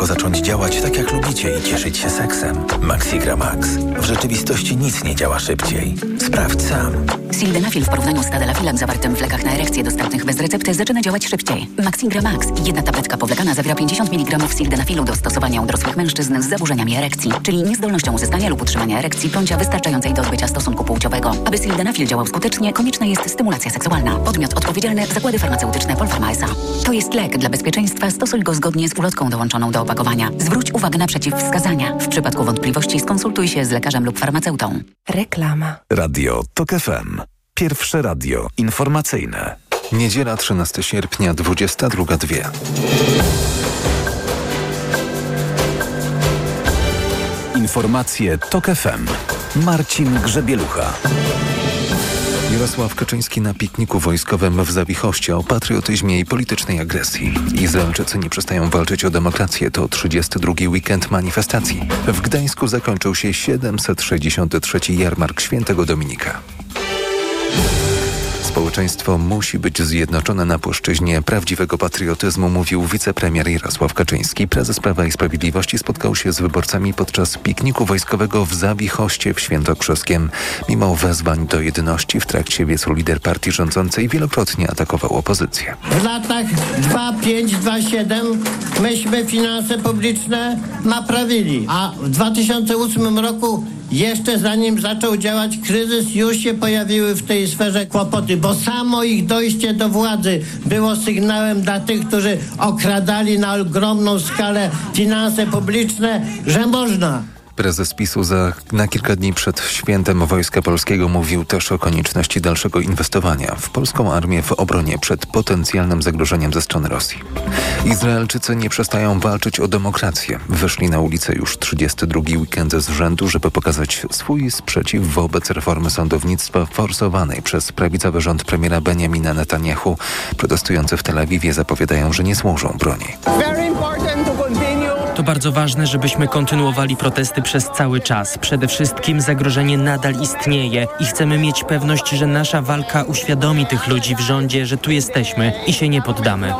tylko zacząć działać tak jak lubicie i cieszyć się seksem. Maxigra Max. W rzeczywistości nic nie działa szybciej. Sprawdź sam. Sildenafil w porównaniu z tadalafilem zawartym w lekach na erekcję dostępnych bez recepty zaczyna działać szybciej. Maxigra Max. Jedna tabletka powlekana zawiera 50 mg sildenafilu do stosowania u dorosłych mężczyzn z zaburzeniami erekcji, czyli niezdolnością uzyskania lub utrzymania erekcji bądź wystarczającej do odbycia stosunku płciowego. Aby sildenafil działał skutecznie, konieczna jest stymulacja seksualna. Podmiot odpowiedzialny: Zakłady Farmaceutyczne Polpharma S.A. To jest lek. Dla bezpieczeństwa stosuj go zgodnie z ulotką dołączoną do opakowania. Zwróć uwagę na przeciwwskazania. W przypadku wątpliwości skonsultuj się z lekarzem lub farmaceutą. Reklama. Radio TOK FM. Pierwsze radio informacyjne. Niedziela 13 sierpnia, 22:02. Informacje TOK FM. Marcin Grzebielucha. Jarosław Kaczyński na pikniku wojskowym w Zawichoście o patriotyzmie i politycznej agresji. Izraelczycy nie przestają walczyć o demokrację. To 32. weekend manifestacji. W Gdańsku zakończył się 763. jarmark Świętego Dominika. Społeczeństwo musi być zjednoczone na płaszczyźnie prawdziwego patriotyzmu, mówił wicepremier Jarosław Kaczyński. Prezes Prawa i Sprawiedliwości spotkał się z wyborcami podczas pikniku wojskowego w Zawichoście w Świętokrzyskiem. Mimo wezwań do jedności w trakcie wiecu lider partii rządzącej wielokrotnie atakował opozycję. W latach 2,5-2,7 myśmy finanse publiczne naprawili, a w 2008 roku jeszcze zanim zaczął działać kryzys, już się pojawiły w tej sferze kłopoty, bo samo ich dojście do władzy było sygnałem dla tych, którzy okradali na ogromną skalę finanse publiczne, że można. Prezes PiS-u na kilka dni przed świętem Wojska Polskiego mówił też o konieczności dalszego inwestowania w polską armię w obronie przed potencjalnym zagrożeniem ze strony Rosji. Izraelczycy nie przestają walczyć o demokrację. Wyszli na ulicę już 32. weekend z rzędu, żeby pokazać swój sprzeciw wobec reformy sądownictwa forsowanej przez prawicowy rząd premiera Benjamina Netanyahu. Protestujący w Tel Awiwie zapowiadają, że nie złożą broni. To bardzo ważne, żebyśmy kontynuowali protesty przez cały czas. Przede wszystkim zagrożenie nadal istnieje i chcemy mieć pewność, że nasza walka uświadomi tych ludzi w rządzie, że tu jesteśmy i się nie poddamy.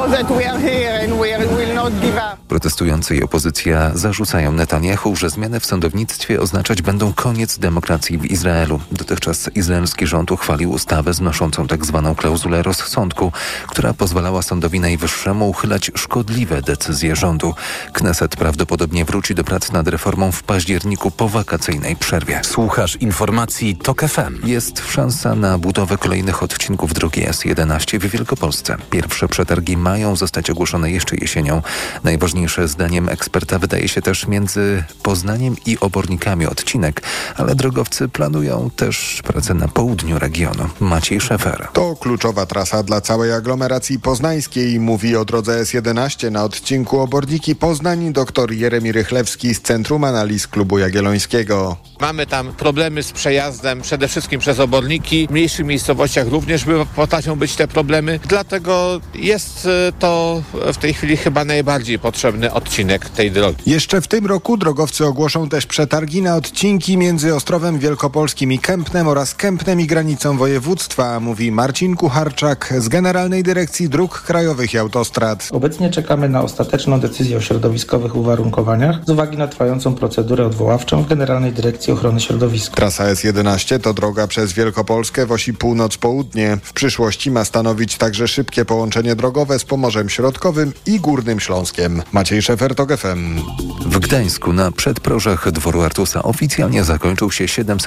Protestujący i opozycja zarzucają Netanyahu, że zmiany w sądownictwie oznaczać będą koniec demokracji w Izraelu. Dotychczas izraelski rząd uchwalił ustawę znoszącą tzw. klauzulę rozsądku, która pozwalała sądowi najwyższemu uchylać szkodliwe decyzje rządu. Kneset prawdopodobnie wróci do prac nad reformą w październiku po wakacyjnej przerwie. Słuchasz informacji TOK FM. Jest szansa na budowę kolejnych odcinków drogi S11 w Wielkopolsce. Pierwsze przetargi mają zostać ogłoszone jeszcze jesienią. Najważniejsze zdaniem eksperta wydaje się też między Poznaniem i Obornikami odcinek, ale drogowcy planują też pracę na południu regionu. Maciej Szefer. To kluczowa trasa dla całej aglomeracji poznańskiej, mówi o drodze S11 na odcinku Oborniki Poznań dr Jeremi Rychlewski z Centrum Analiz Klubu Jagiellońskiego. Mamy tam problemy z przejazdem, przede wszystkim przez Oborniki. W mniejszych miejscowościach również potrafią być te problemy, dlatego jest to w tej chwili chyba najbardziej potrzebny odcinek tej drogi. Jeszcze w tym roku drogowcy ogłoszą też przetargi na odcinki między Ostrowem Wielkopolskim i Kępnem oraz Kępnem i granicą województwa, mówi Marcin Kucharczak z Generalnej Dyrekcji Dróg Krajowych i Autostrad. Obecnie czekamy na ostateczną decyzję o środowiskowych uwarunkowaniach z uwagi na trwającą procedurę odwoławczą w Generalnej Dyrekcji Ochrony Środowiska. Trasa S11 to droga przez Wielkopolskę w osi północ-południe. W przyszłości ma stanowić także szybkie połączenie drogowe z Pomorzem Środkowym i Górnym Śląskiem. Maciej Szefer, TOK FM. W Gdańsku na przedprożach dworu Artusa oficjalnie zakończył się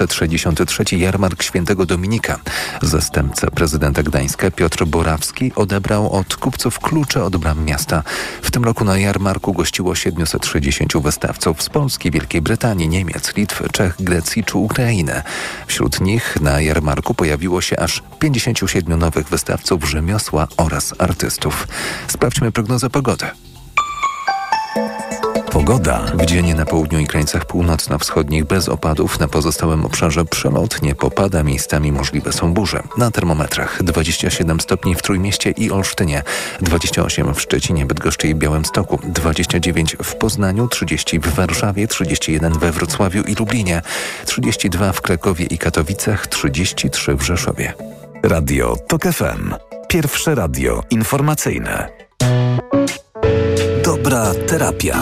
763. jarmark Świętego Dominika. Zastępca prezydenta Gdańska Piotr Borawski odebrał od kupców klucze od bram miasta. W tym roku na jarmarku gościło 760 wystawców z Polski, Wielkiej Brytanii, Niemiec, Litwy, Czech, Grecji czy Ukrainy. Wśród nich na jarmarku pojawiło się aż 57 nowych wystawców rzemiosła oraz artystów. Sprawdźmy prognozę pogody. Pogoda. W dzień na południu i krańcach północno-wschodnich bez opadów, na pozostałym obszarze przelotnie popada, miejscami możliwe są burze. Na termometrach 27 stopni w Trójmieście i Olsztynie, 28 w Szczecinie, Bydgoszczy i Białymstoku, 29 w Poznaniu, 30 w Warszawie, 31 we Wrocławiu i Lublinie, 32 w Krakowie i Katowicach, 33 w Rzeszowie. Radio TOK FM. Pierwsze radio informacyjne. Dobra terapia.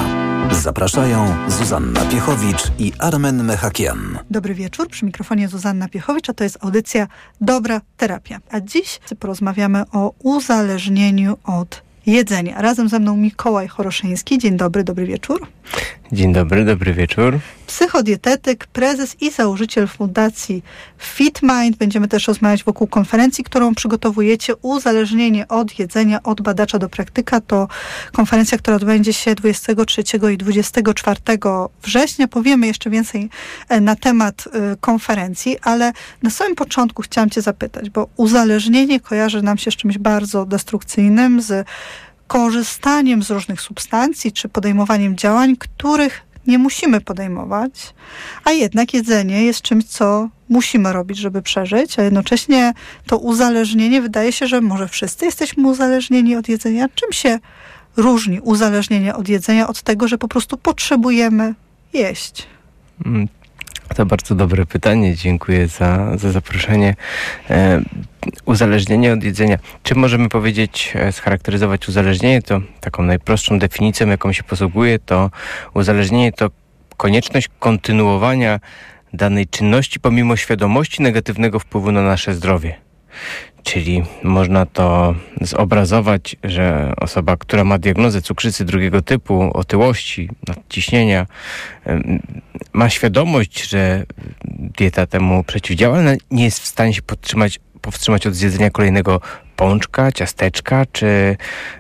Zapraszają Zuzanna Piechowicz i Armen Mechakian. Dobry wieczór, przy mikrofonie Zuzanna Piechowicz, a to jest audycja Dobra Terapia. A dziś porozmawiamy o uzależnieniu od jedzenia. Razem ze mną Mikołaj Choroszyński. Dzień dobry, dobry wieczór. Dzień dobry, dobry wieczór. Psychodietetyk, prezes i założyciel fundacji FitMind. Będziemy też rozmawiać wokół konferencji, którą przygotowujecie. Uzależnienie od jedzenia, od badacza do praktyka. To konferencja, która odbędzie się 23 i 24 września. Powiemy jeszcze więcej na temat konferencji, ale na samym początku chciałam Cię zapytać, bo uzależnienie kojarzy nam się z czymś bardzo destrukcyjnym, z korzystaniem z różnych substancji, czy podejmowaniem działań, których nie musimy podejmować, a jednak jedzenie jest czymś, co musimy robić, żeby przeżyć, a jednocześnie to uzależnienie, wydaje się, że może wszyscy jesteśmy uzależnieni od jedzenia. Czym się różni uzależnienie od jedzenia od tego, że po prostu potrzebujemy jeść? To bardzo dobre pytanie. Dziękuję za zaproszenie. Uzależnienie od jedzenia. Czym możemy powiedzieć, scharakteryzować uzależnienie? To taką najprostszą definicją, jaką się posługuje, to uzależnienie to konieczność kontynuowania danej czynności pomimo świadomości negatywnego wpływu na nasze zdrowie. Czyli można to zobrazować, że osoba, która ma diagnozę cukrzycy drugiego typu, otyłości, nadciśnienia, ma świadomość, że dieta temu przeciwdziała, ale nie jest w stanie się powstrzymać od zjedzenia kolejnego pączka, ciasteczka czy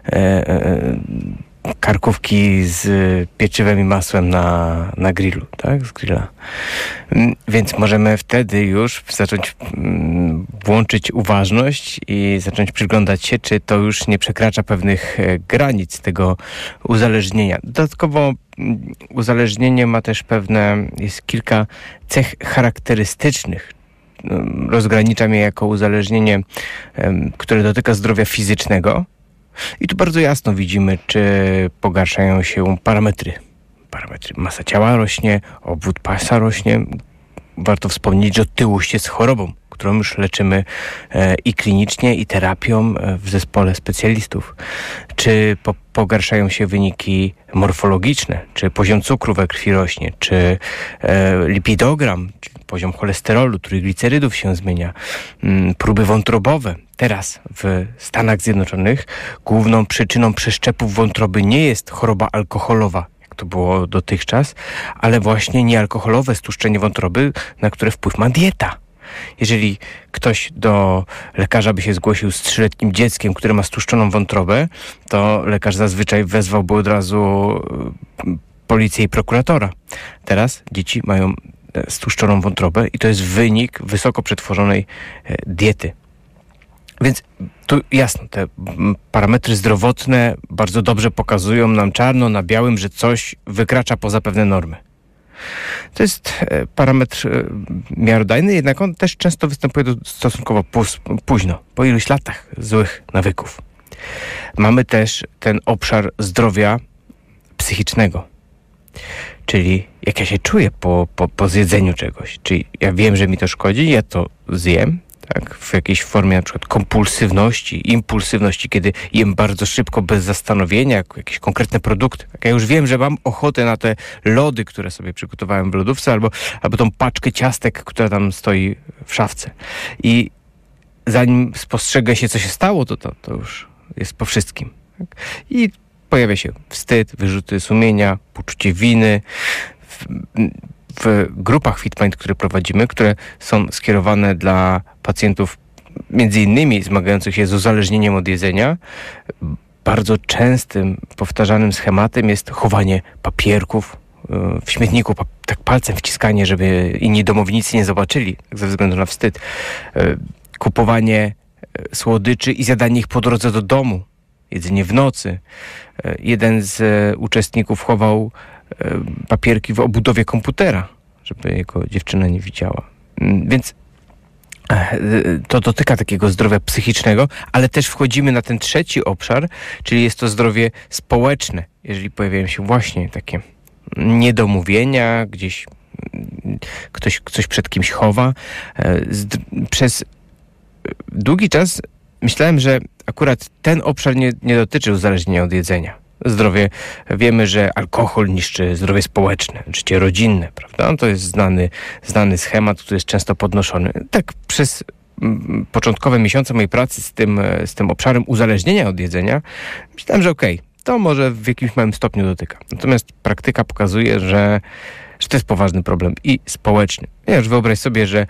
karkówki z pieczywem i masłem na grillu, tak? Z grilla. Więc możemy wtedy już zacząć włączyć uważność i zacząć przyglądać się, czy to już nie przekracza pewnych granic tego uzależnienia. Dodatkowo uzależnienie ma też jest kilka cech charakterystycznych. Rozgraniczam je jako uzależnienie, które dotyka zdrowia fizycznego. I tu bardzo jasno widzimy, czy pogarszają się parametry. Masa ciała rośnie, obwód pasa rośnie. Warto wspomnieć, że otyłość jest chorobą, którą już leczymy i klinicznie, i terapią w zespole specjalistów. Czy pogarszają się wyniki morfologiczne, czy poziom cukru we krwi rośnie, czy lipidogram, czy poziom cholesterolu, trójglicerydów się zmienia, próby wątrobowe. Teraz w Stanach Zjednoczonych główną przyczyną przeszczepów wątroby nie jest choroba alkoholowa, jak to było dotychczas, ale właśnie niealkoholowe stłuszczenie wątroby, na które wpływ ma dieta. Jeżeli ktoś do lekarza by się zgłosił z 3-letnim dzieckiem, które ma stłuszczoną wątrobę, to lekarz zazwyczaj wezwałby od razu policję i prokuratora. Teraz dzieci mają stłuszczoną wątrobę i to jest wynik wysoko przetworzonej diety. Więc tu jasno, te parametry zdrowotne bardzo dobrze pokazują nam czarno na białym, że coś wykracza poza pewne normy. To jest parametr miarodajny, jednak on też często występuje stosunkowo późno, po iluś latach złych nawyków. Mamy też ten obszar zdrowia psychicznego, czyli jak ja się czuję po zjedzeniu czegoś. Czyli ja wiem, że mi to szkodzi, ja to zjem, tak, w jakiejś formie na przykład kompulsywności, impulsywności, kiedy jem bardzo szybko, bez zastanowienia, jakieś konkretne produkty. Tak, ja już wiem, że mam ochotę na te lody, które sobie przygotowałem w lodówce, albo tą paczkę ciastek, która tam stoi w szafce. I zanim spostrzegę się, co się stało, to już jest po wszystkim. Tak? I pojawia się wstyd, wyrzuty sumienia, poczucie winy. W grupach FitMind, które prowadzimy, które są skierowane dla pacjentów między innymi zmagających się z uzależnieniem od jedzenia, bardzo częstym, powtarzanym schematem jest chowanie papierków w śmietniku, tak palcem wciskanie, żeby inni domownicy nie zobaczyli, tak ze względu na wstyd. Kupowanie słodyczy i zjadanie ich po drodze do domu. Jedzenie w nocy. Jeden z uczestników chował papierki w obudowie komputera, żeby jego dziewczyna nie widziała. Więc to dotyka takiego zdrowia psychicznego, ale też wchodzimy na ten trzeci obszar, czyli jest to zdrowie społeczne. Jeżeli pojawiają się właśnie takie niedomówienia, gdzieś ktoś coś przed kimś chowa. Przez długi czas myślałem, że akurat ten obszar nie dotyczy uzależnienia od jedzenia. Zdrowie, wiemy, że alkohol niszczy zdrowie społeczne, życie rodzinne, prawda? To jest znany schemat, który jest często podnoszony. Tak przez początkowe miesiące mojej pracy z tym obszarem uzależnienia od jedzenia, myślałem, że to może w jakimś małym stopniu dotyka. Natomiast praktyka pokazuje, że to jest poważny problem i społeczny. Już wyobraź sobie, że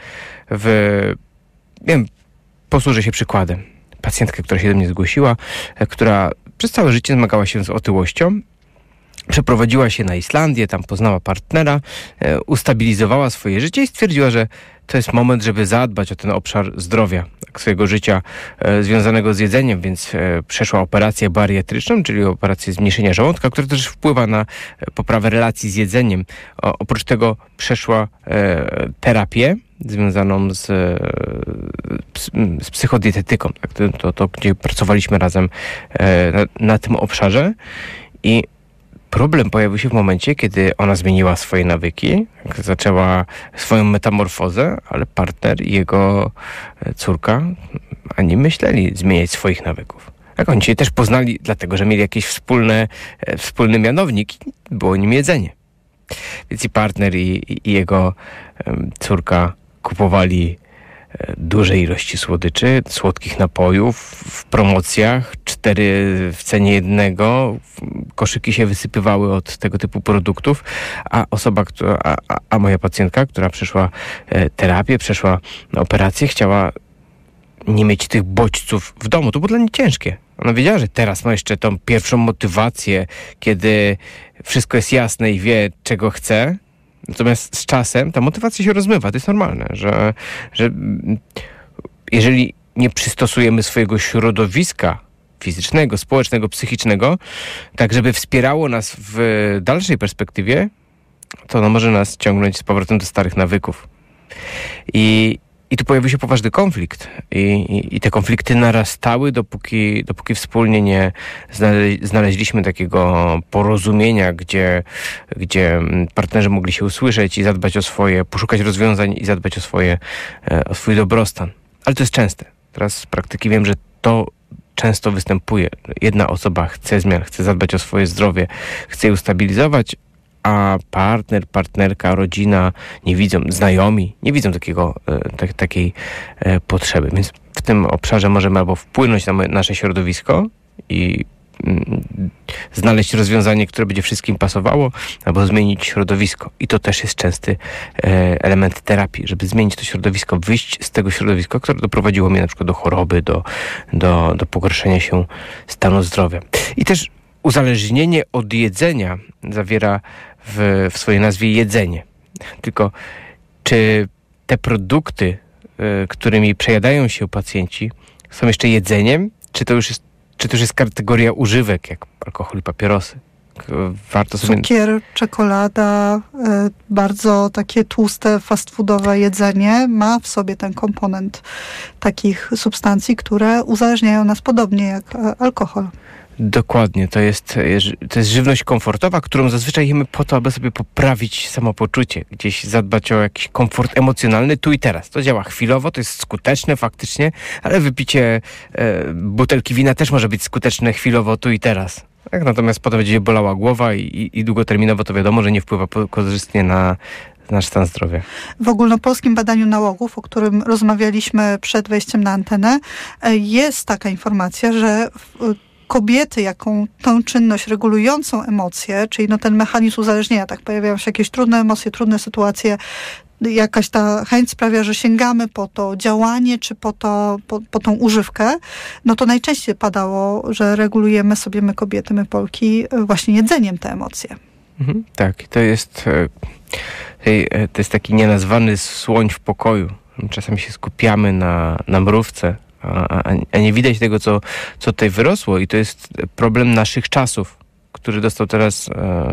posłużę się przykładem. Pacjentkę, która się do mnie zgłosiła, która przez całe życie zmagała się z otyłością, przeprowadziła się na Islandię, tam poznała partnera, ustabilizowała swoje życie i stwierdziła, że to jest moment, żeby zadbać o ten obszar zdrowia swojego życia związanego z jedzeniem, więc przeszła operację bariatryczną, czyli operację zmniejszenia żołądka, która też wpływa na poprawę relacji z jedzeniem. Oprócz tego przeszła terapię związaną z psychodietetyką, to gdzie pracowaliśmy razem na tym obszarze i problem pojawił się w momencie, kiedy ona zmieniła swoje nawyki, zaczęła swoją metamorfozę, ale partner i jego córka ani myśleli zmieniać swoich nawyków. Jak oni się też poznali, dlatego że mieli jakiś wspólny mianownik, było nim jedzenie. Więc i partner i jego córka kupowali duże ilości słodyczy, słodkich napojów w promocjach, 4 w cenie jednego, koszyki się wysypywały od tego typu produktów, a moja pacjentka, która przeszła terapię, przeszła operację, chciała nie mieć tych bodźców w domu. To było dla niej ciężkie. Ona wiedziała, że teraz ma jeszcze tą pierwszą motywację, kiedy wszystko jest jasne i wie, czego chce. Natomiast z czasem ta motywacja się rozmywa. To jest normalne, że jeżeli nie przystosujemy swojego środowiska fizycznego, społecznego, psychicznego, tak żeby wspierało nas w dalszej perspektywie, to ono może nas ciągnąć z powrotem do starych nawyków. I tu pojawił się poważny konflikt. I te konflikty narastały, dopóki wspólnie nie znaleźliśmy takiego porozumienia, gdzie partnerzy mogli się usłyszeć i zadbać o swoje, poszukać rozwiązań i zadbać o swój dobrostan. Ale to jest częste. Teraz z praktyki wiem, że to często występuje. Jedna osoba chce zmian, chce zadbać o swoje zdrowie, chce je ustabilizować, a partnerka, rodzina nie widzą, znajomi nie widzą takiej potrzeby. Więc w tym obszarze możemy albo wpłynąć na nasze środowisko i znaleźć rozwiązanie, które będzie wszystkim pasowało, albo zmienić środowisko. I to też jest częsty element terapii, żeby zmienić to środowisko, wyjść z tego środowiska, które doprowadziło mnie na przykład do choroby, do pogorszenia się stanu zdrowia. I też uzależnienie od jedzenia zawiera w swojej nazwie jedzenie. Tylko czy te produkty, którymi przejadają się pacjenci, są jeszcze jedzeniem? Czy to już jest kategoria używek, jak alkohol i papierosy? Warto sobie... Cukier, czekolada, bardzo takie tłuste, fast foodowe jedzenie ma w sobie ten komponent takich substancji, które uzależniają nas podobnie jak alkohol. Dokładnie, to jest żywność komfortowa, którą zazwyczaj jemy po to, aby sobie poprawić samopoczucie, gdzieś zadbać o jakiś komfort emocjonalny tu i teraz. To działa chwilowo, to jest skuteczne faktycznie, ale wypicie butelki wina też może być skuteczne chwilowo tu i teraz. Tak? Natomiast potem będzie bolała głowa i długoterminowo to wiadomo, że nie wpływa korzystnie na nasz stan zdrowia. W ogólnopolskim badaniu nałogów, o którym rozmawialiśmy przed wejściem na antenę, jest taka informacja, że kobiety, jaką tą czynność regulującą emocje, czyli ten mechanizm uzależnienia, tak pojawiają się jakieś trudne emocje, trudne sytuacje, jakaś ta chęć sprawia, że sięgamy po to działanie, czy po tą używkę, to najczęściej padało, że regulujemy sobie my kobiety, my Polki właśnie jedzeniem te emocje. Tak, to jest taki nienazwany słoń w pokoju. Czasami się skupiamy na mrówce, a nie widać tego, co tutaj wyrosło, i to jest problem naszych czasów, który dostał teraz,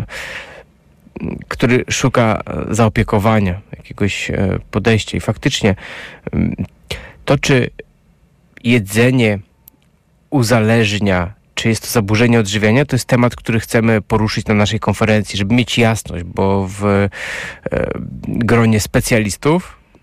który szuka zaopiekowania, jakiegoś podejścia. I faktycznie to, czy jedzenie uzależnia, czy jest to zaburzenie odżywiania, to jest temat, który chcemy poruszyć na naszej konferencji, żeby mieć jasność, bo w gronie specjalistów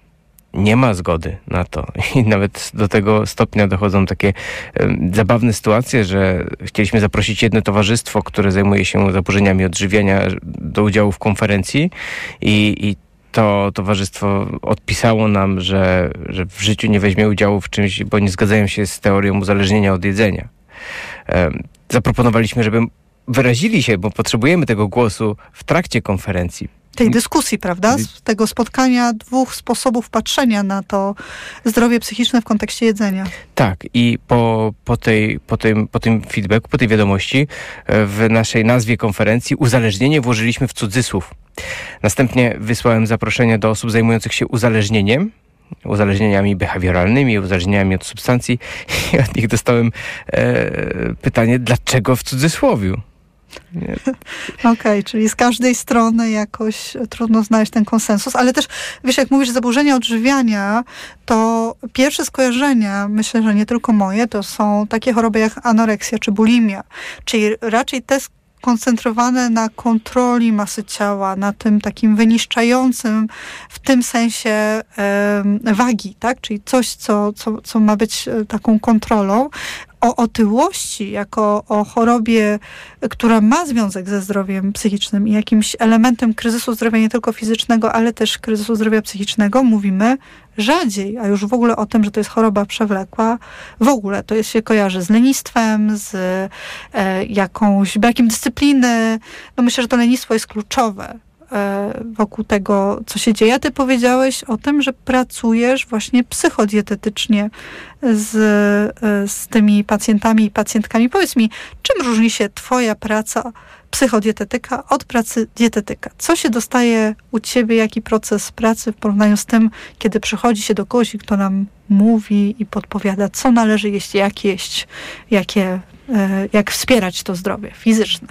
nie ma zgody na to. I nawet do tego stopnia dochodzą takie zabawne sytuacje, że chcieliśmy zaprosić jedno towarzystwo, które zajmuje się zaburzeniami odżywiania do udziału w konferencji i to towarzystwo odpisało nam, że w życiu nie weźmie udziału w czymś, bo nie zgadzają się z teorią uzależnienia od jedzenia. Zaproponowaliśmy, żeby wyrazili się, bo potrzebujemy tego głosu w trakcie konferencji. Tej dyskusji, prawda? Z tego spotkania dwóch sposobów patrzenia na to zdrowie psychiczne w kontekście jedzenia. Tak, i po tym feedbacku, po tej wiadomości w naszej nazwie konferencji uzależnienie włożyliśmy w cudzysłów. Następnie wysłałem zaproszenie do osób zajmujących się uzależnieniami behawioralnymi, uzależnieniami od substancji i od nich dostałem pytanie, dlaczego w cudzysłowiu? Okej, czyli z każdej strony jakoś trudno znaleźć ten konsensus, ale też, wiesz, jak mówisz zaburzenia odżywiania, to pierwsze skojarzenia, myślę, że nie tylko moje, to są takie choroby jak anoreksja czy bulimia, czyli raczej te koncentrowane na kontroli masy ciała, na tym takim wyniszczającym w tym sensie wagi, tak? Czyli coś, co ma być taką kontrolą. O otyłości jako o chorobie, która ma związek ze zdrowiem psychicznym i jakimś elementem kryzysu zdrowia nie tylko fizycznego, ale też kryzysu zdrowia psychicznego mówimy rzadziej, a już w ogóle o tym, że to jest choroba przewlekła, w ogóle to się kojarzy z lenistwem, z jakąś brakiem dyscypliny. No myślę, że to lenistwo jest kluczowe wokół tego, co się dzieje. Ty powiedziałeś o tym, że pracujesz właśnie psychodietetycznie z tymi pacjentami i pacjentkami. Powiedz mi, czym różni się twoja praca psychodietetyka od pracy dietetyka? Co się dostaje u ciebie, jaki proces pracy w porównaniu z tym, kiedy przychodzi się do kogoś, kto nam mówi i podpowiada, co należy jeść, jak wspierać to zdrowie fizyczne?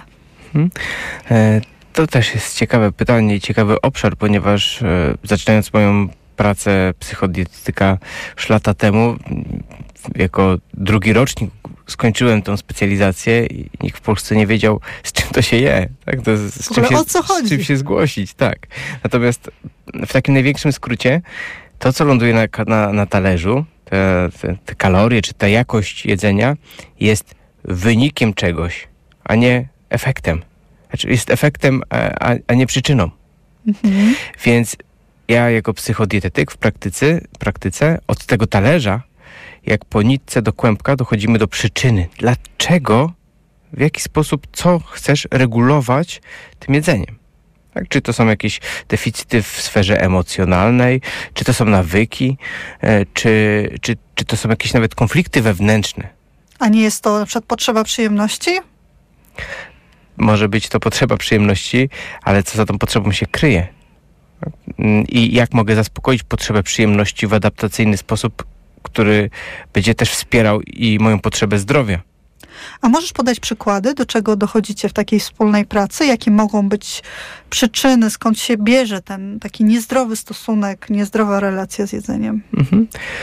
To też jest ciekawe pytanie i ciekawy obszar, ponieważ zaczynając moją pracę psychodietetyka już lata temu, jako drugi rocznik skończyłem tą specjalizację i nikt w Polsce nie wiedział, z czym to się je. Tak? Z czym się zgłosić. Tak. Natomiast w takim największym skrócie to, co ląduje na talerzu, te kalorie czy ta jakość jedzenia jest wynikiem czegoś, a nie efektem. Znaczy jest efektem, a nie przyczyną. Mhm. Więc ja jako psychodietetyk w praktyce od tego talerza, jak po nitce do kłębka, dochodzimy do przyczyny. Dlaczego, w jaki sposób, co chcesz regulować tym jedzeniem? Tak? Czy to są jakieś deficyty w sferze emocjonalnej, czy to są nawyki, czy to są jakieś nawet konflikty wewnętrzne? A nie jest to na przykład potrzeba przyjemności? Może być to potrzeba przyjemności, ale co za tą potrzebą się kryje? I jak mogę zaspokoić potrzebę przyjemności w adaptacyjny sposób, który będzie też wspierał i moją potrzebę zdrowia? A możesz podać przykłady, do czego dochodzicie w takiej wspólnej pracy? Jakie mogą być przyczyny, skąd się bierze ten taki niezdrowy stosunek, niezdrowa relacja z jedzeniem? Mhm.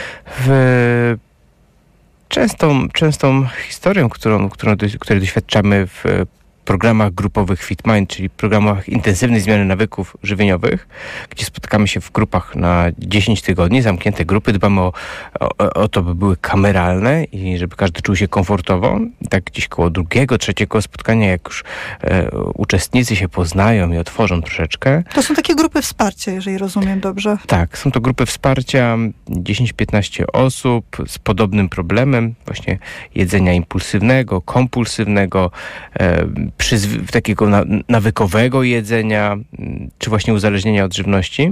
Częstą historią, której doświadczamy w programach grupowych FitMind, czyli programach intensywnej zmiany nawyków żywieniowych, gdzie spotykamy się w grupach na 10 tygodni, zamknięte grupy, dbamy o to, by były kameralne i żeby każdy czuł się komfortowo. I tak gdzieś koło drugiego, trzeciego spotkania, jak już uczestnicy się poznają i otworzą troszeczkę. To są takie grupy wsparcia, jeżeli rozumiem dobrze. Tak, są to grupy wsparcia, 10-15 osób z podobnym problemem, właśnie jedzenia impulsywnego, kompulsywnego, takiego nawykowego jedzenia, czy właśnie uzależnienia od żywności.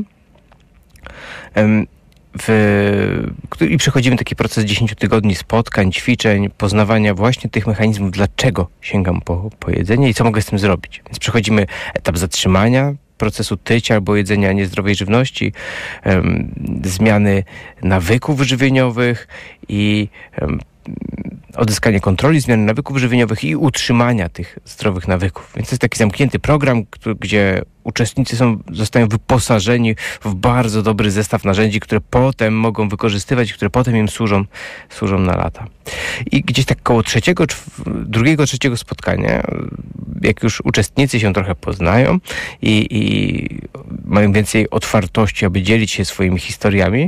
I przechodzimy taki proces 10 tygodni spotkań, ćwiczeń, poznawania właśnie tych mechanizmów, dlaczego sięgam po jedzenie i co mogę z tym zrobić. Więc przechodzimy etap zatrzymania procesu tycia albo jedzenia niezdrowej żywności, zmiany nawyków żywieniowych i odzyskanie kontroli, zmiany nawyków żywieniowych i utrzymania tych zdrowych nawyków. Więc to jest taki zamknięty program, gdzie uczestnicy zostają wyposażeni w bardzo dobry zestaw narzędzi, które potem mogą wykorzystywać, które potem im służą na lata. I gdzieś tak koło drugiego, trzeciego spotkania, jak już uczestnicy się trochę poznają i mają więcej otwartości, aby dzielić się swoimi historiami,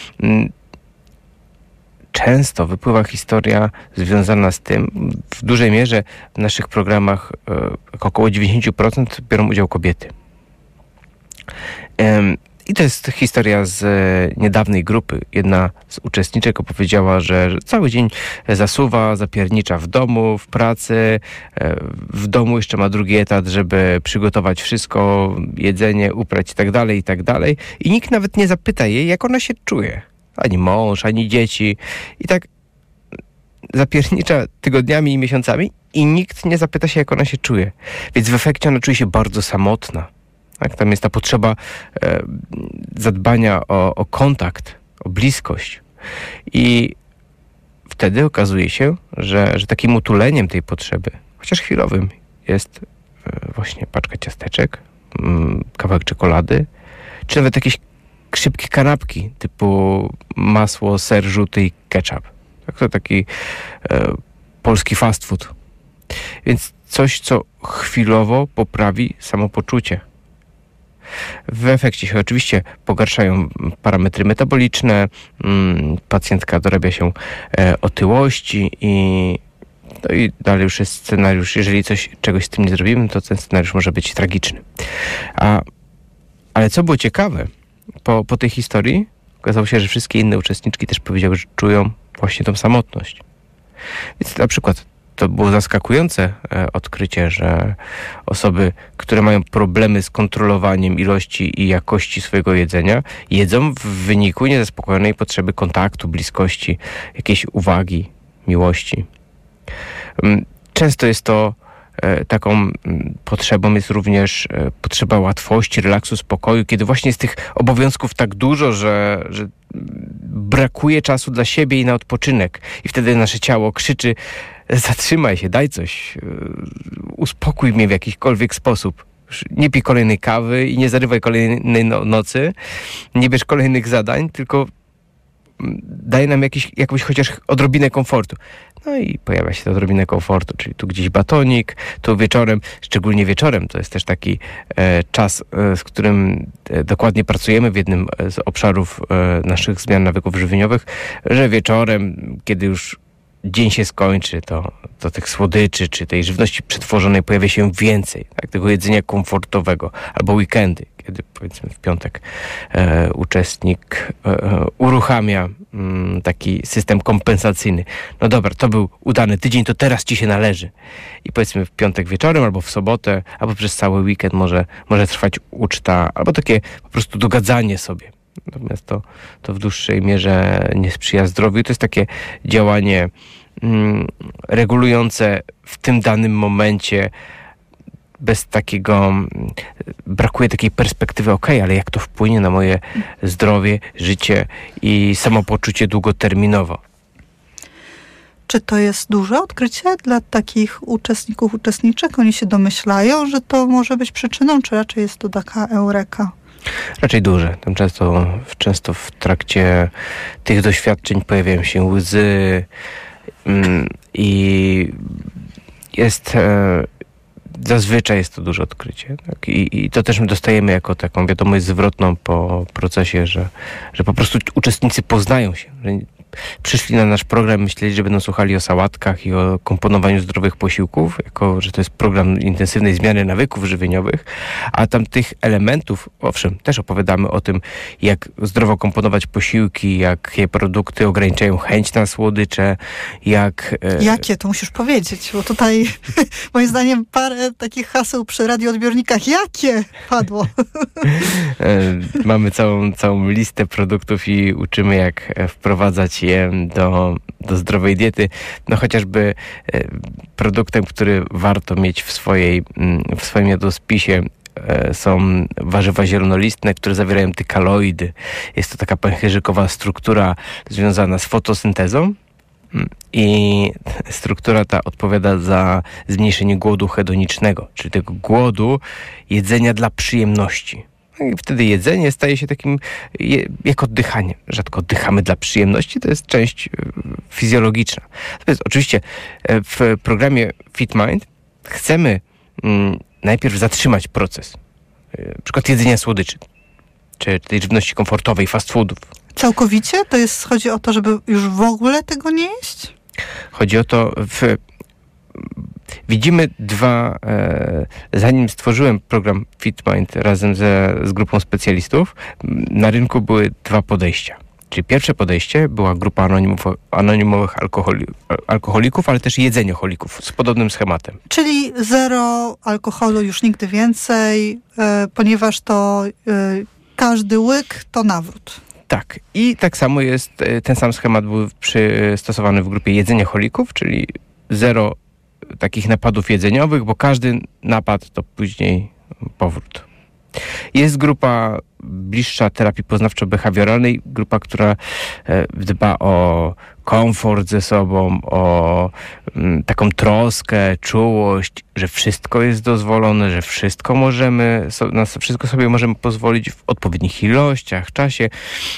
często wypływa historia związana z tym, w dużej mierze w naszych programach około 90% biorą udział kobiety. I to jest historia z niedawnej grupy. Jedna z uczestniczek opowiedziała, że cały dzień zasuwa, zapiernicza w domu, w pracy. W domu jeszcze ma drugi etat, żeby przygotować wszystko, jedzenie, uprać i tak dalej. I nikt nawet nie zapyta jej, jak ona się czuje. Ani mąż, ani dzieci. I tak zapiernicza tygodniami i miesiącami i nikt nie zapyta się, jak ona się czuje. Więc w efekcie ona czuje się bardzo samotna. Tak? Tam jest ta potrzeba zadbania o kontakt, o bliskość. I wtedy okazuje się, że takim utuleniem tej potrzeby, chociaż chwilowym, jest właśnie paczka ciasteczek, kawałek czekolady, czy nawet jakieś szybkie kanapki typu masło, ser rzuty i ketchup. Tak, to taki polski fast food. Więc coś, co chwilowo poprawi samopoczucie. W efekcie się oczywiście pogarszają parametry metaboliczne, pacjentka dorabia się otyłości i dalej już jest scenariusz. Jeżeli czegoś z tym nie zrobimy, to ten scenariusz może być tragiczny. Ale co było ciekawe, po tej historii okazało się, że wszystkie inne uczestniczki też powiedziały, że czują właśnie tą samotność. Więc na przykład to było zaskakujące odkrycie, że osoby, które mają problemy z kontrolowaniem ilości i jakości swojego jedzenia, jedzą w wyniku niezaspokojonej potrzeby kontaktu, bliskości, jakiejś uwagi, miłości. Często jest to taką potrzebą jest również potrzeba łatwości, relaksu, spokoju, kiedy właśnie jest tych obowiązków tak dużo, że brakuje czasu dla siebie i na odpoczynek. I wtedy nasze ciało krzyczy: zatrzymaj się, daj coś, uspokój mnie w jakikolwiek sposób. Nie pij kolejnej kawy i nie zarywaj kolejnej nocy, nie bierz kolejnych zadań, tylko daje nam jakąś chociaż odrobinę komfortu. No i pojawia się ta odrobinę komfortu, czyli tu gdzieś batonik, tu wieczorem, szczególnie wieczorem, to jest też taki czas, z którym dokładnie pracujemy w jednym z obszarów naszych zmian nawyków żywieniowych, że wieczorem, kiedy już dzień się skończy, to tych słodyczy czy tej żywności przetworzonej pojawia się więcej, tak? Tego jedzenia komfortowego, albo weekendy, kiedy powiedzmy w piątek uczestnik uruchamia taki system kompensacyjny. No dobra, to był udany tydzień, to teraz ci się należy. I powiedzmy w piątek wieczorem, albo w sobotę, albo przez cały weekend może trwać uczta, albo takie po prostu dogadzanie sobie. Natomiast to w dłuższej mierze nie sprzyja zdrowiu. To jest takie działanie regulujące w tym danym momencie, bez takiego, brakuje takiej perspektywy, ale jak to wpłynie na moje zdrowie, życie i samopoczucie długoterminowo. Czy to jest duże odkrycie dla takich uczestników, uczestniczek? Oni się domyślają, że to może być przyczyną, czy raczej jest to taka eureka? Raczej duże. Tam często w trakcie tych doświadczeń pojawiają się łzy i zazwyczaj jest to duże odkrycie. Tak? I to też my dostajemy jako taką wiadomość zwrotną po procesie, że po prostu uczestnicy poznają się, że przyszli na nasz program, myśleli, że będą słuchali o sałatkach i o komponowaniu zdrowych posiłków, jako że to jest program intensywnej zmiany nawyków żywieniowych, a tam tych elementów, owszem, też opowiadamy o tym, jak zdrowo komponować posiłki, jakie produkty ograniczają chęć na słodycze, Jakie? To musisz powiedzieć, bo tutaj moim zdaniem parę takich haseł przy radioodbiornikach. Jakie? Padło. Mamy całą listę produktów i uczymy, jak wprowadzać je do zdrowej diety. No chociażby produktem, który warto mieć w swoim jadłospisie, są warzywa zielonolistne, które zawierają tykaloidy. Jest to taka pęcherzykowa struktura związana z fotosyntezą. I struktura ta odpowiada za zmniejszenie głodu hedonicznego, czyli tego głodu jedzenia dla przyjemności. No i wtedy jedzenie staje się takim jak oddychanie. Rzadko oddychamy dla przyjemności, to jest część fizjologiczna. Natomiast oczywiście w programie Fit Mind chcemy najpierw zatrzymać proces, na przykład jedzenia słodyczy, czy tej żywności komfortowej, fast foodów. Całkowicie? Chodzi o to, żeby już w ogóle tego nie jeść? Chodzi o to, widzimy zanim stworzyłem program Fit Mind razem z grupą specjalistów, na rynku były dwa podejścia. Czyli pierwsze podejście była grupa anonimowych alkoholików, ale też jedzenioholików z podobnym schematem. Czyli zero alkoholu już nigdy więcej, ponieważ to każdy łyk to nawrót. Tak. I tak samo ten sam schemat był stosowany w grupie jedzenioholików, czyli zero takich napadów jedzeniowych, bo każdy napad to później powrót. Jest grupa bliższa terapii poznawczo-behawioralnej, grupa, która dba o komfort ze sobą, o taką troskę, czułość, że wszystko jest dozwolone, że wszystko wszystko sobie możemy pozwolić w odpowiednich ilościach, czasie.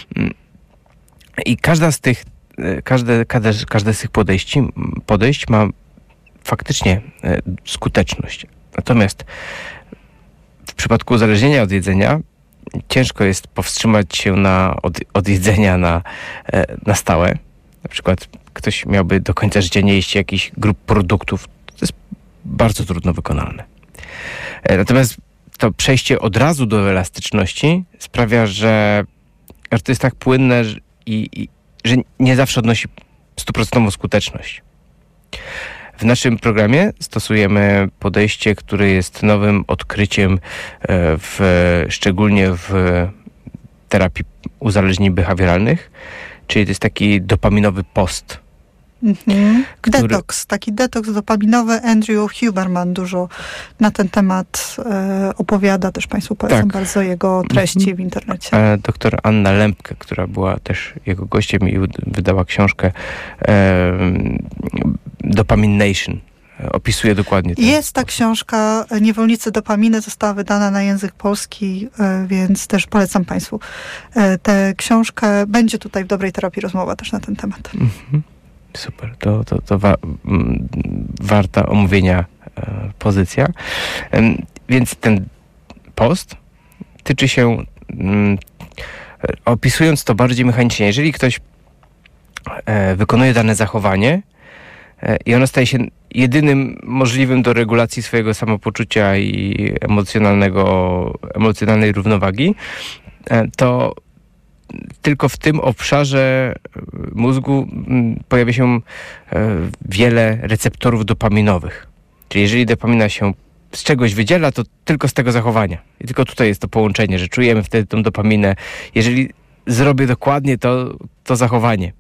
I każde z tych podejść ma faktycznie skuteczność. Natomiast w przypadku uzależnienia od jedzenia ciężko jest powstrzymać się od jedzenia na stałe. Na przykład ktoś miałby do końca życia nie jeść jakichś grup produktów. To jest bardzo trudno wykonalne. Natomiast to przejście od razu do elastyczności sprawia, że to jest tak płynne i że nie zawsze odnosi 100% skuteczność. W naszym programie stosujemy podejście, które jest nowym odkryciem szczególnie w terapii uzależnień behawioralnych, czyli to jest taki dopaminowy post. Detoks, taki detoks dopaminowy. Andrew Huberman dużo na ten temat opowiada, też Państwu polecam bardzo jego treści w internecie. Doktor Anna Lempke, która była też jego gościem i wydała książkę Dopamination. Opisuje dokładnie to. Jest ta książka Niewolnicy dopaminy, została wydana na język polski, więc też polecam Państwu tę książkę. Będzie tutaj w Dobrej Terapii rozmowa też na ten temat. Super, to warta omówienia pozycja. Więc ten post tyczy się, opisując to bardziej mechanicznie, jeżeli ktoś wykonuje dane zachowanie i ono staje się jedynym możliwym do regulacji swojego samopoczucia i emocjonalnej równowagi, to tylko w tym obszarze mózgu pojawia się wiele receptorów dopaminowych. Czyli jeżeli dopamina się z czegoś wydziela, to tylko z tego zachowania. I tylko tutaj jest to połączenie, że czujemy wtedy tą dopaminę. Jeżeli zrobię dokładnie to zachowanie.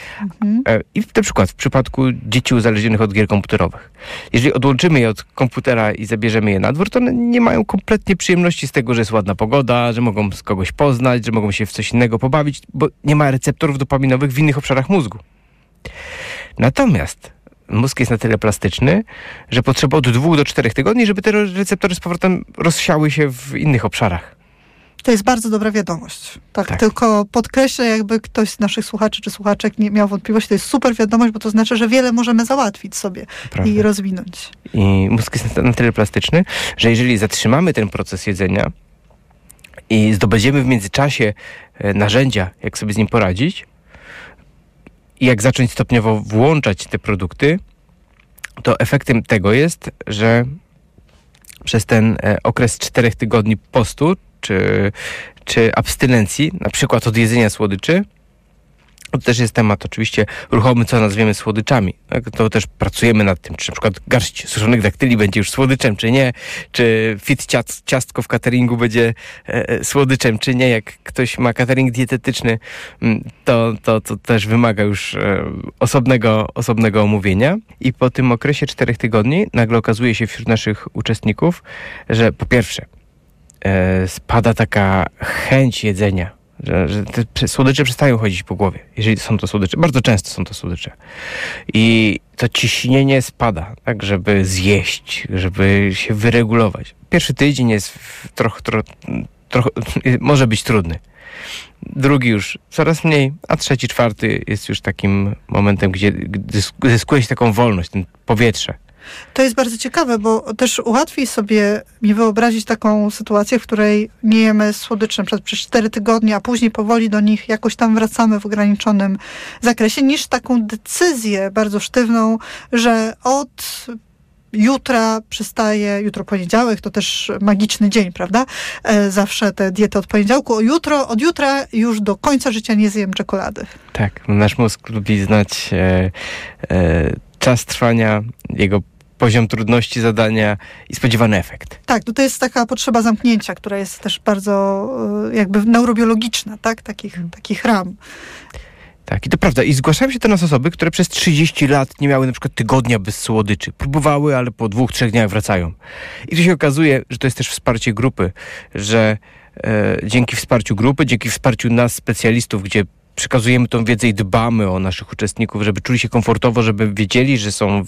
I na przykład w przypadku dzieci uzależnionych od gier komputerowych. Jeżeli odłączymy je od komputera i zabierzemy je na dwór, to one nie mają kompletnie przyjemności z tego, że jest ładna pogoda, że mogą z kogoś poznać, że mogą się w coś innego pobawić, bo nie ma receptorów dopaminowych w innych obszarach mózgu. Natomiast mózg jest na tyle plastyczny, że potrzeba od 2 do 4 tygodni, żeby te receptory z powrotem rozsiały się w innych obszarach. To jest bardzo dobra wiadomość. Tak. Tylko podkreślę, jakby ktoś z naszych słuchaczy czy słuchaczek nie miał wątpliwości, to jest super wiadomość, bo to znaczy, że wiele możemy załatwić sobie i rozwinąć. I mózg jest na tyle plastyczny, że jeżeli zatrzymamy ten proces jedzenia i zdobędziemy w międzyczasie narzędzia, jak sobie z nim poradzić i jak zacząć stopniowo włączać te produkty, to efektem tego jest, że przez ten okres 4 tygodni postu czy abstynencji, na przykład od jedzenia słodyczy, to też jest temat oczywiście ruchomy, co nazwiemy słodyczami. Tak? To też pracujemy nad tym, czy na przykład garść suszonych daktyli będzie już słodyczem, czy nie, czy fit ciastko w cateringu będzie słodyczem, czy nie. Jak ktoś ma catering dietetyczny, to też wymaga już osobnego omówienia. I po tym okresie 4 tygodni nagle okazuje się wśród naszych uczestników, że po pierwsze spada taka chęć jedzenia że te słodycze przestają chodzić po głowie, jeżeli są to słodycze. Bardzo często są to słodycze. I to ciśnienie spada, tak, żeby zjeść, żeby się wyregulować. Pierwszy tydzień jest trochę może być trudny. Drugi już coraz mniej, a trzeci, czwarty jest już takim momentem, gdzie zyskuje się taką wolność, ten powietrze. To jest bardzo ciekawe, bo też łatwiej sobie mi wyobrazić taką sytuację, w której nie jemy słodyczy przez 4 tygodnie, a później powoli do nich jakoś tam wracamy w ograniczonym zakresie, niż taką decyzję bardzo sztywną, że od jutra przestaje, jutro poniedziałek, to też magiczny dzień, prawda? Zawsze te diety od poniedziałku. Od jutra już do końca życia nie zjem czekolady. Tak, nasz mózg lubi znać czas trwania, jego poziom trudności zadania i spodziewany efekt. Tak, to jest taka potrzeba zamknięcia, która jest też bardzo jakby neurobiologiczna, tak? Takich ram. Tak, i to prawda. I zgłaszają się do nas osoby, które przez 30 lat nie miały na przykład tygodnia bez słodyczy. Próbowały, ale po 2-3 dniach wracają. I tu się okazuje, że to jest też wsparcie grupy, że dzięki wsparciu grupy, dzięki wsparciu nas, specjalistów, gdzie przekazujemy tą wiedzę i dbamy o naszych uczestników, żeby czuli się komfortowo, żeby wiedzieli, że są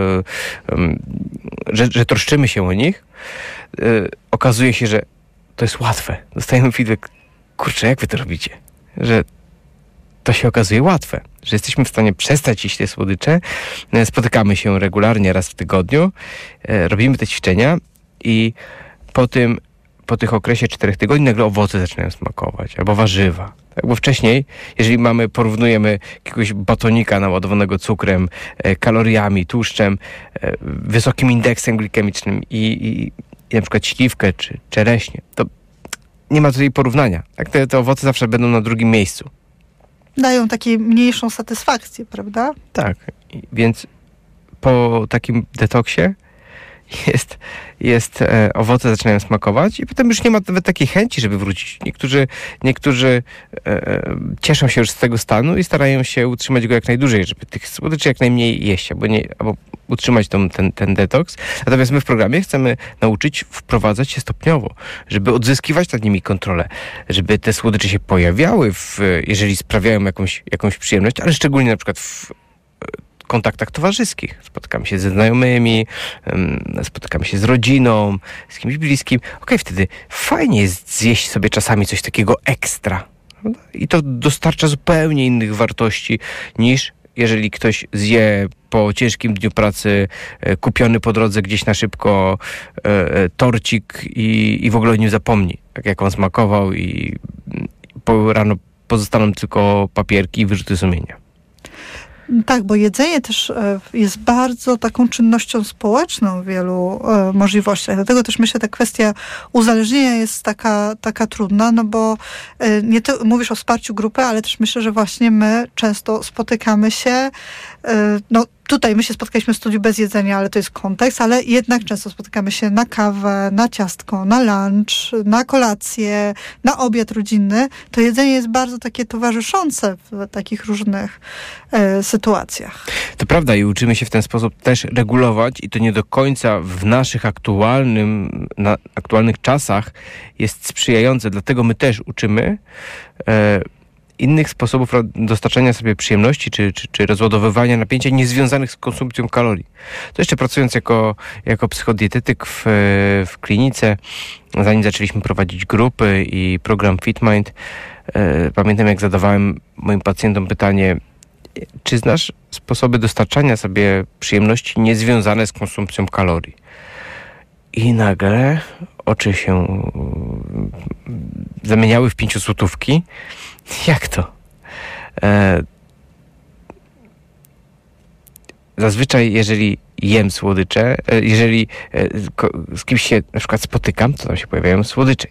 że troszczymy się o nich. Okazuje się, że to jest łatwe. Dostajemy feedback, kurczę, jak wy to robicie? Że to się okazuje łatwe, że jesteśmy w stanie przestać jeść te słodycze, spotykamy się regularnie raz w tygodniu, robimy te ćwiczenia i po tych okresie 4 tygodni nagle owoce zaczynają smakować, albo warzywa. Tak, bo wcześniej, jeżeli porównujemy jakiegoś batonika naładowanego cukrem, kaloriami, tłuszczem, wysokim indeksem glikemicznym i na przykład śliwkę czy czereśnie, to nie ma tutaj porównania. Tak, te owoce zawsze będą na drugim miejscu. Dają taką mniejszą satysfakcję, prawda? Tak, więc po takim detoksie owoce zaczynają smakować i potem już nie ma nawet takiej chęci, żeby wrócić. Niektórzy cieszą się już z tego stanu i starają się utrzymać go jak najdłużej, żeby tych słodyczy jak najmniej jeść, albo utrzymać ten detoks. Natomiast my w programie chcemy nauczyć wprowadzać się stopniowo, żeby odzyskiwać nad nimi kontrolę, żeby te słodycze się pojawiały, jeżeli sprawiają jakąś przyjemność, ale szczególnie na przykład w kontaktach towarzyskich. Spotykamy się ze znajomymi, spotykamy się z rodziną, z kimś bliskim. Okej, wtedy fajnie jest zjeść sobie czasami coś takiego ekstra. Prawda? I to dostarcza zupełnie innych wartości niż jeżeli ktoś zje po ciężkim dniu pracy kupiony po drodze gdzieś na szybko torcik i w ogóle o nim zapomni. Tak jak on smakował i rano pozostaną tylko papierki i wyrzuty sumienia. Tak, bo jedzenie też jest bardzo taką czynnością społeczną w wielu możliwościach. Dlatego też myślę, że ta kwestia uzależnienia jest taka trudna, no bo nie ty mówisz o wsparciu grupy, ale też myślę, że właśnie my często spotykamy się, tutaj my się spotkaliśmy w studiu bez jedzenia, ale to jest kontekst, ale jednak często spotykamy się na kawę, na ciastko, na lunch, na kolację, na obiad rodzinny. To jedzenie jest bardzo takie towarzyszące w takich różnych sytuacjach. To prawda i uczymy się w ten sposób też regulować i to nie do końca w naszych aktualnych czasach jest sprzyjające. Dlatego my też uczymy innych sposobów dostarczania sobie przyjemności czy rozładowywania napięcia niezwiązanych z konsumpcją kalorii. To jeszcze pracując jako psychodietetyk w klinice, zanim zaczęliśmy prowadzić grupy i program FitMind, pamiętam jak zadawałem moim pacjentom pytanie, czy znasz sposoby dostarczania sobie przyjemności niezwiązane z konsumpcją kalorii? I nagle oczy się zamieniały w 5 złotówki. Jak to? Zazwyczaj, jeżeli jem słodycze, jeżeli z kimś się na przykład spotykam, to tam się pojawiają słodycze.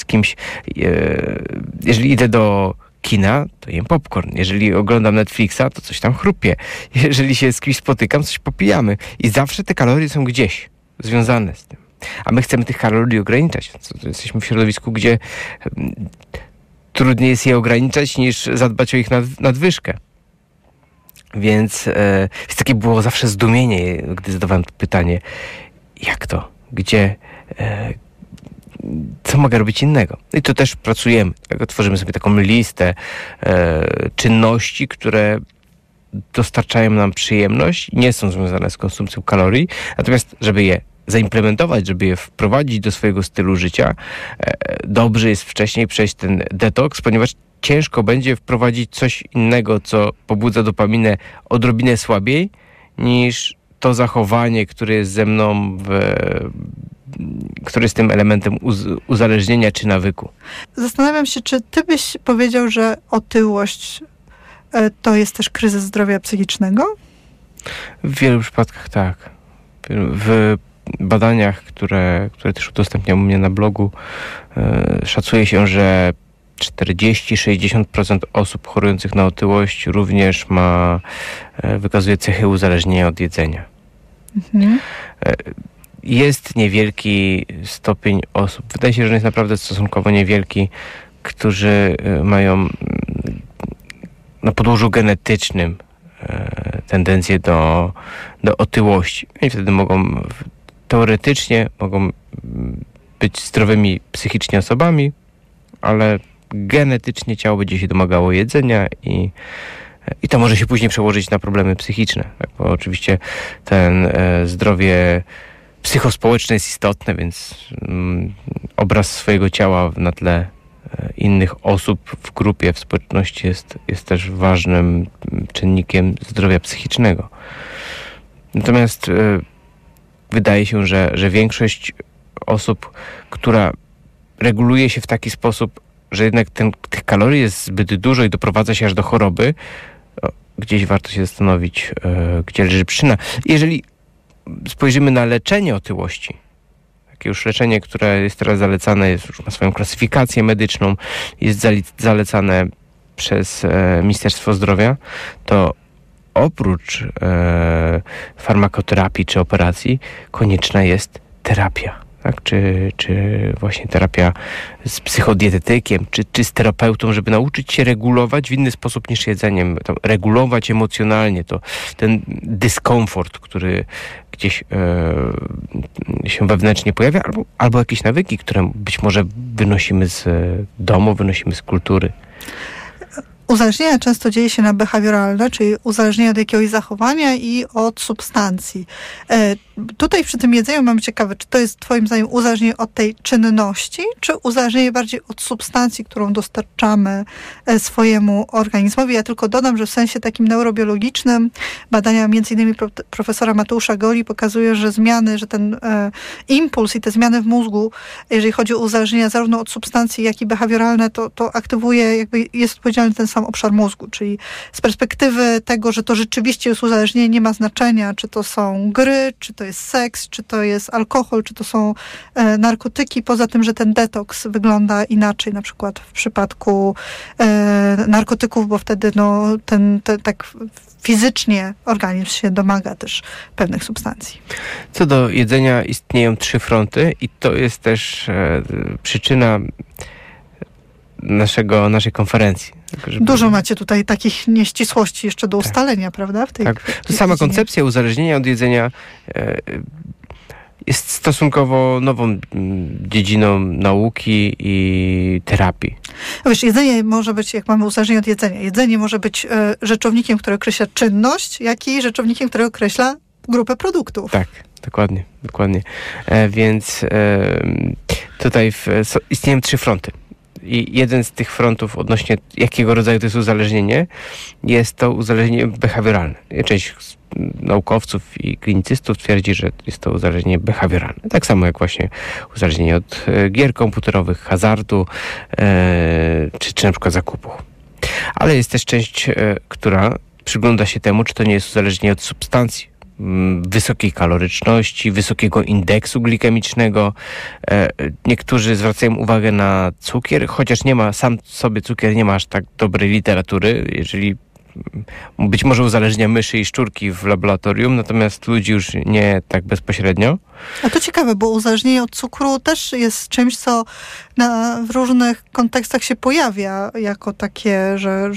Jeżeli idę do kina, to jem popcorn. Jeżeli oglądam Netflixa, to coś tam chrupię. Jeżeli się z kimś spotykam, coś popijamy. I zawsze te kalorie są gdzieś związane z tym. A my chcemy tych kalorii ograniczać. Jesteśmy w środowisku, gdzie trudniej jest je ograniczać niż zadbać o ich nadwyżkę. Więc takie było zawsze zdumienie, gdy zadawałem to pytanie, jak to? co mogę robić innego. I to też pracujemy. Tak? Tworzymy sobie taką listę czynności, które dostarczają nam przyjemność i nie są związane z konsumpcją kalorii. Natomiast, żeby je zaimplementować, żeby je wprowadzić do swojego stylu życia, dobrze jest wcześniej przejść ten detoks, ponieważ ciężko będzie wprowadzić coś innego, co pobudza dopaminę odrobinę słabiej, niż to zachowanie, które jest ze mną, które jest tym elementem uzależnienia czy nawyku. Zastanawiam się, czy ty byś powiedział, że otyłość to jest też kryzys zdrowia psychicznego? W wielu przypadkach tak. W badaniach, które też udostępniam u mnie na blogu, szacuje się, że 40-60% osób chorujących na otyłość również wykazuje cechy uzależnienia od jedzenia. Mhm. Jest niewielki stopień osób, wydaje się, że jest naprawdę stosunkowo niewielki, którzy mają na podłożu genetycznym tendencję do otyłości. I wtedy teoretycznie mogą być zdrowymi psychicznie osobami, ale genetycznie ciało będzie się domagało jedzenia i to może się później przełożyć na problemy psychiczne. Tak? Bo oczywiście zdrowie psychospołeczne jest istotne, więc obraz swojego ciała na tle innych osób w grupie, w społeczności jest też ważnym czynnikiem zdrowia psychicznego. Natomiast wydaje się, że większość osób, która reguluje się w taki sposób, że jednak tych kalorii jest zbyt dużo i doprowadza się aż do choroby, gdzieś warto się zastanowić, gdzie leży przyczyna. Jeżeli spojrzymy na leczenie otyłości, takie już leczenie, które jest teraz zalecane, już ma swoją klasyfikację medyczną, jest zalecane przez Ministerstwo Zdrowia, to oprócz farmakoterapii czy operacji konieczna jest terapia. Tak? Czy właśnie terapia z psychodietetykiem, czy z terapeutą, żeby nauczyć się regulować w inny sposób niż jedzeniem, regulować emocjonalnie ten dyskomfort, który gdzieś się wewnętrznie pojawia, albo jakieś nawyki, które być może wynosimy z domu, wynosimy z kultury. Uzależnienie często dzieje się na behawioralne, czyli uzależnienie od jakiegoś zachowania i od substancji. Tutaj przy tym jedzeniu mam ciekawe, czy to jest twoim zdaniem uzależnienie od tej czynności, czy uzależnienie bardziej od substancji, którą dostarczamy swojemu organizmowi. Ja tylko dodam, że w sensie takim neurobiologicznym badania m.in. profesora Mateusza Goli pokazują, że zmiany, że ten impuls i te zmiany w mózgu, jeżeli chodzi o uzależnienia zarówno od substancji, jak i behawioralne, to aktywuje, jakby jest odpowiedzialny ten sam obszar mózgu, czyli z perspektywy tego, że to rzeczywiście jest uzależnienie, nie ma znaczenia, czy to są gry, czy to jest seks, czy to jest alkohol, czy to są narkotyki, poza tym, że ten detoks wygląda inaczej, na przykład w przypadku narkotyków, bo wtedy tak fizycznie organizm się domaga też pewnych substancji. Co do jedzenia istnieją 3 fronty i to jest też przyczyna naszej konferencji. Dużo macie tutaj takich nieścisłości jeszcze do ustalenia, prawda? Sama koncepcja uzależnienia od jedzenia jest stosunkowo nową dziedziną nauki i terapii. Wiesz, jedzenie może być, jak mamy uzależnienie od jedzenia, jedzenie może być rzeczownikiem, który określa czynność, jak i rzeczownikiem, który określa grupę produktów. Tak, dokładnie. Więc tutaj istnieją 3 fronty. I jeden z tych frontów odnośnie jakiego rodzaju to jest uzależnienie, jest to uzależnienie behawioralne. Część naukowców i klinicystów twierdzi, że jest to uzależnienie behawioralne. Tak samo jak właśnie uzależnienie od gier komputerowych, hazardu, czy na przykład zakupów. Ale jest też część, która przygląda się temu, czy to nie jest uzależnienie od substancji, wysokiej kaloryczności, wysokiego indeksu glikemicznego. Niektórzy zwracają uwagę na cukier, chociaż sam sobie cukier nie ma aż tak dobrej literatury, jeżeli być może uzależnia myszy i szczurki w laboratorium, natomiast ludzi już nie tak bezpośrednio. A to ciekawe, bo uzależnienie od cukru też jest czymś, co w różnych kontekstach się pojawia jako takie, że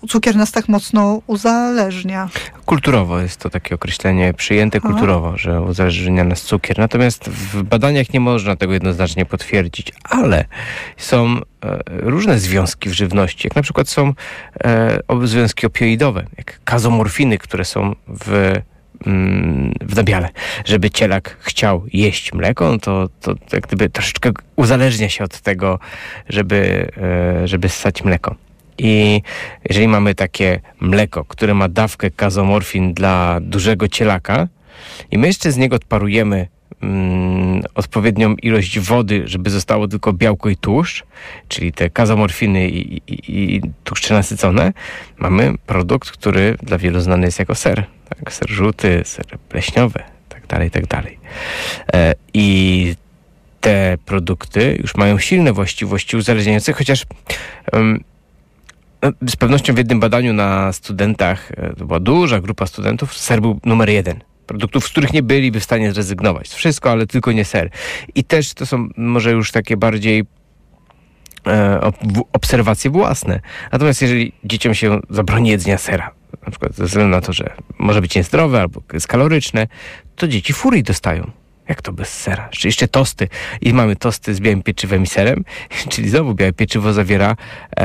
cukier nas tak mocno uzależnia. Kulturowo jest to takie określenie przyjęte kulturowo, że uzależnia nas cukier. Natomiast w badaniach nie można tego jednoznacznie potwierdzić, ale są różne związki w żywności, jak na przykład są związki opioidowe, jak kazomorfiny, które są w nabiale. Żeby cielak chciał jeść mleko, no to jak gdyby troszeczkę uzależnia się od tego, żeby ssać mleko. I jeżeli mamy takie mleko, które ma dawkę kazomorfin dla dużego cielaka i my jeszcze z niego odparujemy odpowiednią ilość wody, żeby zostało tylko białko i tłuszcz, czyli te kazomorfiny i tłuszcze nasycone, mamy produkt, który dla wielu znany jest jako ser. Tak? Ser żółty, ser pleśniowy, tak dalej. I te produkty już mają silne właściwości uzależniające, chociaż z pewnością w jednym badaniu na studentach, to była duża grupa studentów, ser był numer 1. Produktów, z których nie byliby w stanie zrezygnować. Wszystko, ale tylko nie ser. I też to są może już takie bardziej obserwacje własne. Natomiast jeżeli dzieciom się zabroni jedzenia sera, na przykład ze względu na to, że może być niezdrowe albo jest kaloryczne, to dzieci furii dostają. Jak to bez sera? Jeszcze tosty. I mamy tosty z białym pieczywem i serem, czyli znowu białe pieczywo zawiera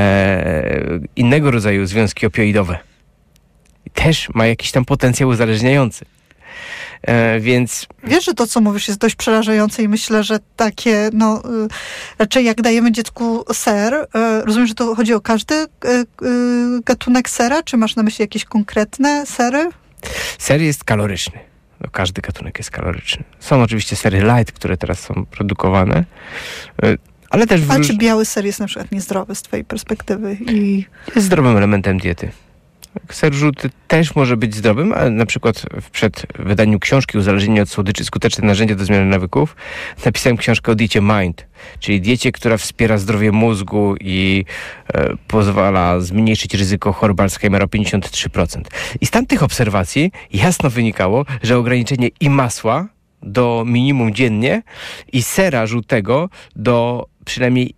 innego rodzaju związki opioidowe. I też ma jakiś tam potencjał uzależniający. Więc... Wiesz, że to, co mówisz, jest dość przerażające i myślę, że takie, raczej jak dajemy dziecku ser, rozumiem, że to chodzi o każdy gatunek sera, czy masz na myśli jakieś konkretne sery? Ser jest kaloryczny. No, każdy gatunek jest kaloryczny. Są oczywiście sery light, które teraz są produkowane, ale też... A czy biały ser jest na przykład niezdrowy z twojej perspektywy? Jest zdrowym elementem diety. Ser żółty też może być zdrowym, ale na przykład przed wydaniem książki Uzależnienie od słodyczy, skuteczne narzędzia do zmiany nawyków, napisałem książkę o diecie Mind, czyli diecie, która wspiera zdrowie mózgu i pozwala zmniejszyć ryzyko choroby Alzheimera o 53%. I z tamtych obserwacji jasno wynikało, że ograniczenie i masła do minimum dziennie i sera żółtego do przynajmniej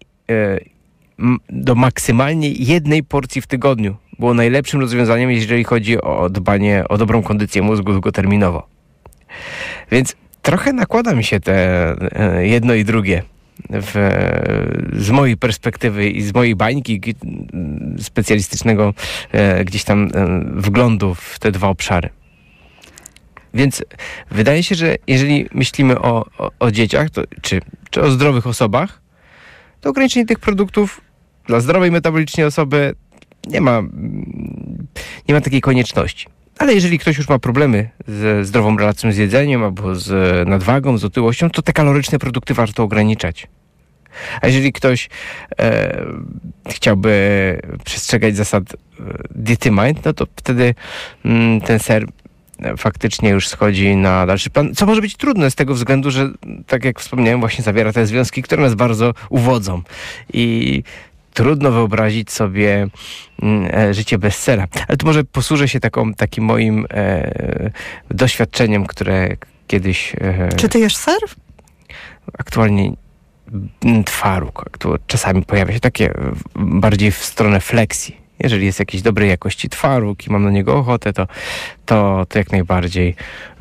do maksymalnie 1 porcji w tygodniu było najlepszym rozwiązaniem, jeżeli chodzi o dbanie o dobrą kondycję mózgu długoterminowo. Więc trochę nakłada mi się te jedno i drugie z mojej perspektywy i z mojej bańki specjalistycznego gdzieś tam wglądu w te dwa obszary. Więc wydaje się, że jeżeli myślimy o dzieciach, czy o zdrowych osobach, to ograniczenie tych produktów dla zdrowej metabolicznie osoby nie ma takiej konieczności. Ale jeżeli ktoś już ma problemy ze zdrową relacją z jedzeniem albo z nadwagą, z otyłością, to te kaloryczne produkty warto ograniczać. A jeżeli ktoś chciałby przestrzegać zasad diety Mind, no to wtedy ten ser faktycznie już schodzi na dalszy plan, co może być trudne z tego względu, że tak jak wspomniałem, właśnie zawiera te związki, które nas bardzo uwodzą i trudno wyobrazić sobie życie bez sera. Ale tu może posłużę się takim moim doświadczeniem, które kiedyś... Czy ty jesz ser? Aktualnie twaróg. Czasami pojawia się takie bardziej w stronę fleksji. Jeżeli jest jakiejś dobrej jakości twaróg i mam na niego ochotę, to jak najbardziej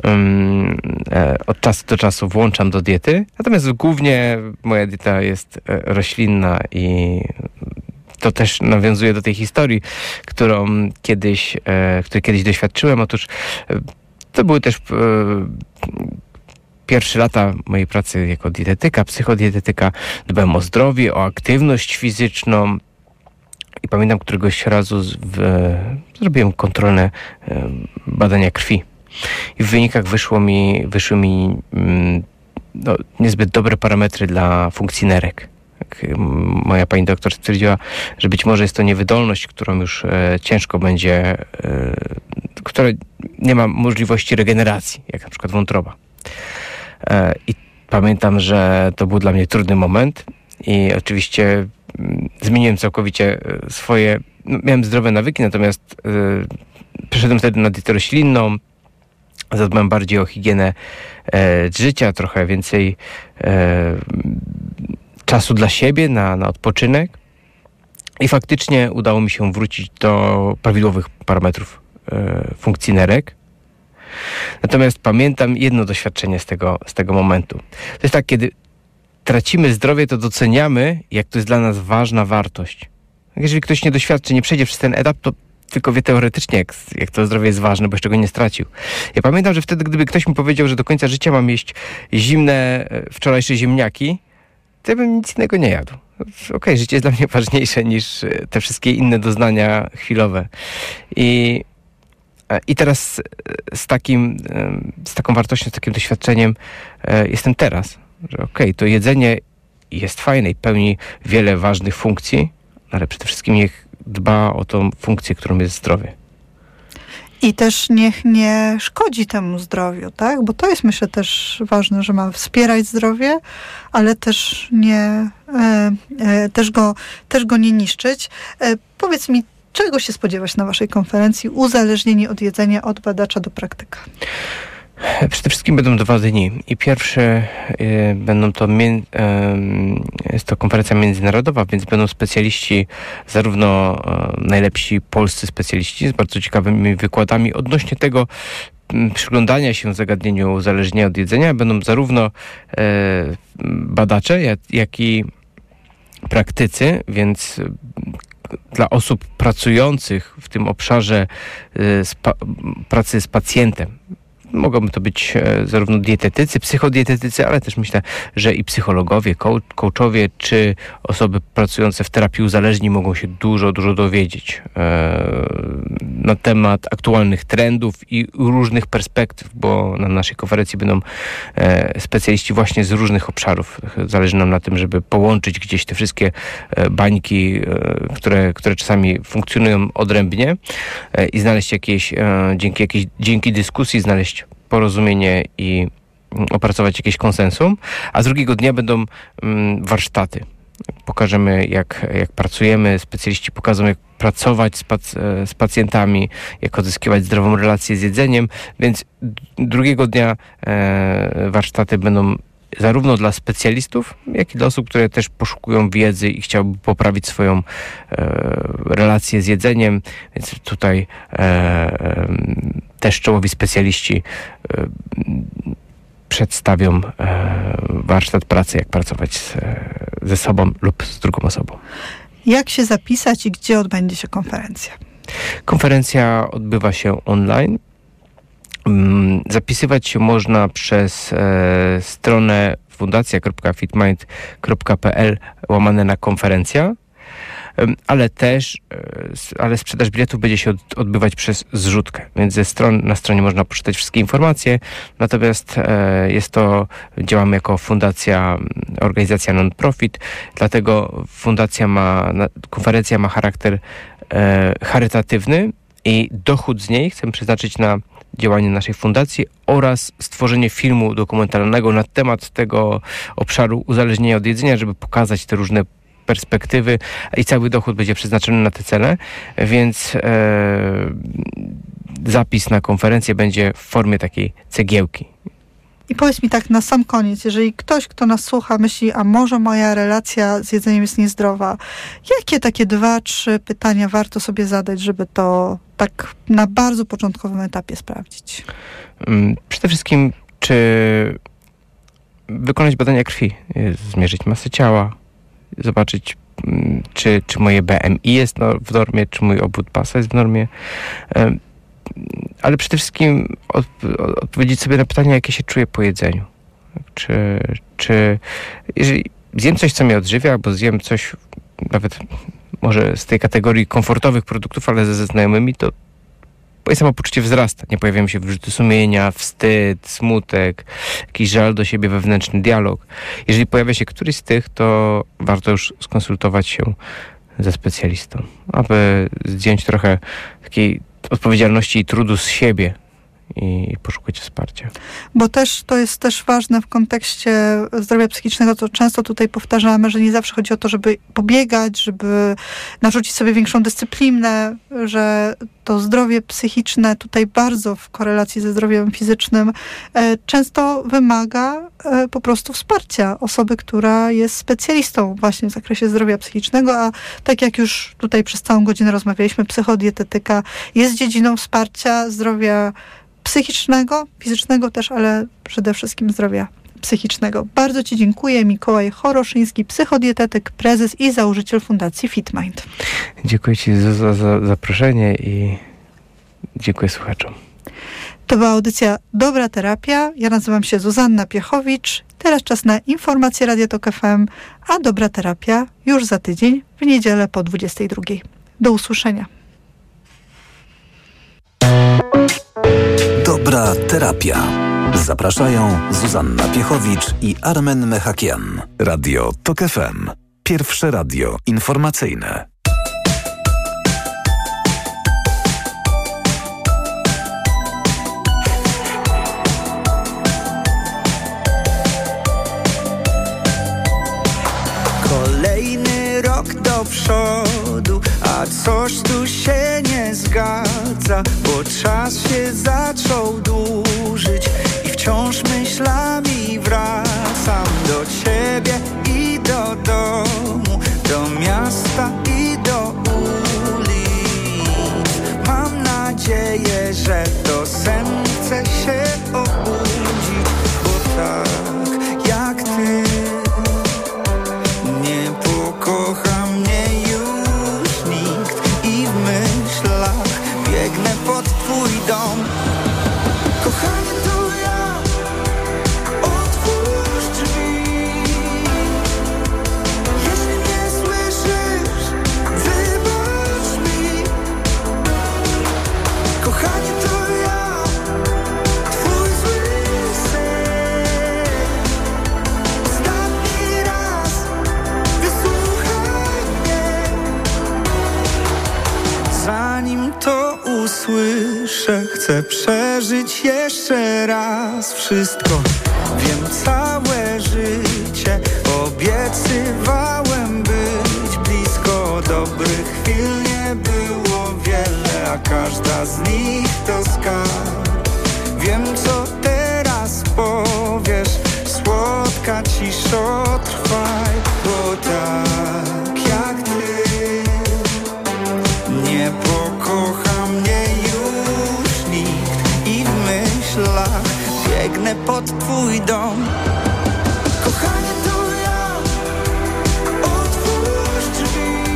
od czasu do czasu włączam do diety. Natomiast głównie moja dieta jest roślinna i to też nawiązuje do tej historii, której kiedyś doświadczyłem. Otóż to były też pierwsze lata mojej pracy jako dietetyka, psychodietetyka. Dbałem o zdrowie, o aktywność fizyczną. I pamiętam, któregoś razu zrobiłem kontrolne badania krwi. I w wynikach wyszły mi niezbyt dobre parametry dla funkcji nerek. Moja pani doktor stwierdziła, że być może jest to niewydolność, którą już ciężko będzie, która nie ma możliwości regeneracji, jak na przykład wątroba. I pamiętam, że to był dla mnie trudny moment i oczywiście zmieniłem całkowicie swoje... miałem zdrowe nawyki, natomiast przeszedłem wtedy na dietę roślinną, zadbałem bardziej o higienę życia, trochę więcej czasu dla siebie, na odpoczynek I faktycznie udało mi się wrócić do prawidłowych parametrów funkcji nerek. Natomiast pamiętam jedno doświadczenie z tego momentu. To jest tak, kiedy tracimy zdrowie, to doceniamy, jak to jest dla nas ważna wartość. Jeżeli ktoś nie doświadczy, nie przejdzie przez ten etap, to tylko wie teoretycznie, jak to zdrowie jest ważne, bo jeszcze go nie stracił. Ja pamiętam, że wtedy, gdyby ktoś mi powiedział, że do końca życia mam jeść zimne, wczorajsze ziemniaki, to ja bym nic innego nie jadł. Okej, życie jest dla mnie ważniejsze niż te wszystkie inne doznania chwilowe. I teraz z taką wartością, z takim doświadczeniem jestem teraz, że to jedzenie jest fajne i pełni wiele ważnych funkcji, ale przede wszystkim niech dba o tą funkcję, którą jest zdrowie. I też niech nie szkodzi temu zdrowiu, tak? Bo to jest, myślę, też ważne, że ma wspierać zdrowie, ale też też go nie niszczyć. Powiedz mi, czego się spodziewać na waszej konferencji Uzależnieni od jedzenia od badacza do praktyka? Przede wszystkim będą 2 dni. I pierwszy jest to konferencja międzynarodowa, więc będą specjaliści, zarówno najlepsi polscy specjaliści z bardzo ciekawymi wykładami odnośnie tego przyglądania się zagadnieniu uzależnienia od jedzenia. Będą zarówno badacze, jak i praktycy, więc dla osób pracujących w tym obszarze pracy z pacjentem. Mogą to być zarówno dietetycy, psychodietetycy, ale też myślę, że i psychologowie, coachowie, czy osoby pracujące w terapii uzależnień mogą się dużo dowiedzieć na temat aktualnych trendów i różnych perspektyw, bo na naszej konferencji będą specjaliści właśnie z różnych obszarów. Zależy nam na tym, żeby połączyć gdzieś te wszystkie bańki, które czasami funkcjonują odrębnie i znaleźć dzięki dyskusji znaleźć porozumienie i opracować jakieś konsensum, a z drugiego dnia będą warsztaty. Pokażemy, jak pracujemy, specjaliści pokażą, jak pracować z pacjentami, jak odzyskiwać zdrową relację z jedzeniem, więc drugiego dnia warsztaty będą zarówno dla specjalistów, jak i dla osób, które też poszukują wiedzy i chciałyby poprawić swoją relację z jedzeniem, więc tutaj też czołowi specjaliści przedstawią warsztat pracy, jak pracować ze sobą lub z drugą osobą. Jak się zapisać i gdzie odbędzie się konferencja? Konferencja odbywa się online. Zapisywać się można przez stronę fundacja.fitmind.pl /konferencja, ale sprzedaż biletów będzie się odbywać przez zrzutkę, więc na stronie można poczytać wszystkie informacje, natomiast działamy jako fundacja, organizacja non-profit, dlatego konferencja ma charakter charytatywny i dochód z niej chcemy przeznaczyć na działanie naszej fundacji oraz stworzenie filmu dokumentalnego na temat tego obszaru uzależnienia od jedzenia, żeby pokazać te różne perspektywy i cały dochód będzie przeznaczony na te cele, więc zapis na konferencję będzie w formie takiej cegiełki. I powiedz mi tak na sam koniec, jeżeli ktoś, kto nas słucha, myśli, a może moja relacja z jedzeniem jest niezdrowa, jakie takie 2-3 pytania warto sobie zadać, żeby to tak na bardzo początkowym etapie sprawdzić? Przede wszystkim, czy wykonać badania krwi, zmierzyć masę ciała, zobaczyć, czy moje BMI jest w normie, czy mój obwód pasa jest w normie, ale przede wszystkim odpowiedzieć sobie na pytanie, jakie się czuję po jedzeniu. Czy jeżeli zjem coś, co mnie odżywia, albo zjem coś nawet może z tej kategorii komfortowych produktów, ale ze znajomymi, to moje samopoczucie wzrasta. Nie pojawiają się wyrzuty sumienia, wstyd, smutek, jakiś żal do siebie, wewnętrzny dialog. Jeżeli pojawia się któryś z tych, to warto już skonsultować się ze specjalistą, aby zdjąć trochę takiej odpowiedzialności i trudu z siebie i poszukać wsparcia. Bo też to jest też ważne w kontekście zdrowia psychicznego, to często tutaj powtarzamy, że nie zawsze chodzi o to, żeby pobiegać, żeby narzucić sobie większą dyscyplinę, że to zdrowie psychiczne tutaj bardzo w korelacji ze zdrowiem fizycznym często wymaga po prostu wsparcia osoby, która jest specjalistą właśnie w zakresie zdrowia psychicznego, a tak jak już tutaj przez całą godzinę rozmawialiśmy, psychodietetyka jest dziedziną wsparcia zdrowia psychicznego, fizycznego też, ale przede wszystkim zdrowia psychicznego. Bardzo Ci dziękuję. Mikołaj Choroszyński, psychodietetyk, prezes i założyciel Fundacji FitMind. Dziękuję Ci za zaproszenie i dziękuję słuchaczom. To była audycja Dobra Terapia. Ja nazywam się Zuzanna Piechowicz. Teraz czas na informacje Radia Tok FM, a Dobra Terapia już za tydzień, w niedzielę po 22. Do usłyszenia. Dobra terapia. Zapraszają Zuzanna Piechowicz i Armen Mechakian. Radio Tok FM. Pierwsze radio informacyjne. Kolejny rok do przodu, a coś tu się nie zgadza, bo czas się zaczął dłużyć i wciąż myślami wracam do ciebie i do domu, do miasta i do ulic. Mam nadzieję, że to sen chce się obudzić, bo tak jak ty nie pokocha mnie już nikt i w myślach biegnę pod twój dom. Kochanie, to ja, otwórz drzwi. Jeśli mnie słyszysz, wybacz mi. Kochanie, to ja, twój zły sen. Ostatni raz wysłuchaj mnie. Zanim to usłyszę, chcę przeżyć jeszcze raz wszystko. Wiem całe życie, obiecywałem być blisko. Dobrych chwil nie było wiele, a każda z nich to skarb. Wiem, co teraz powiesz, słodka ciszo, trwaj, bo tak jak ty nie pokocha mnie już nikt i w myślach biegnę pod twój dom. Kochanie, to ja, otwórz drzwi.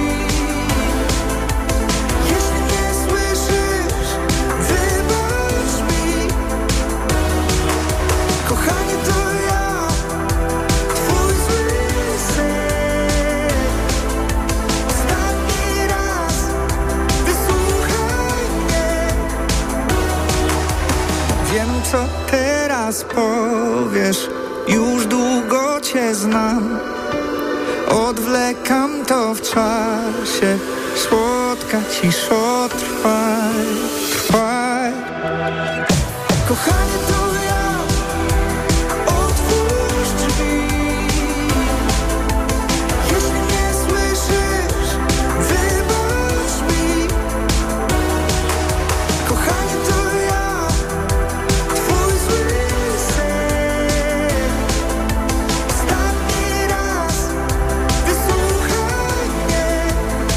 Jeśli mnie słyszysz, wybacz mi. Kochanie, to ja, twój zły sen. Ostatni raz wysłuchaj mnie. Wiem, co teraz powiesz, już długo cię znam. Odwlekam to w czasie, słodka ciszo, trwaj, trwaj. Kochanie, to ja, otwórz drzwi. Jeśli mnie słyszysz, wybacz mi. Kochanie, to ja, twój zły sen. Ostatni raz wysłuchaj mnie.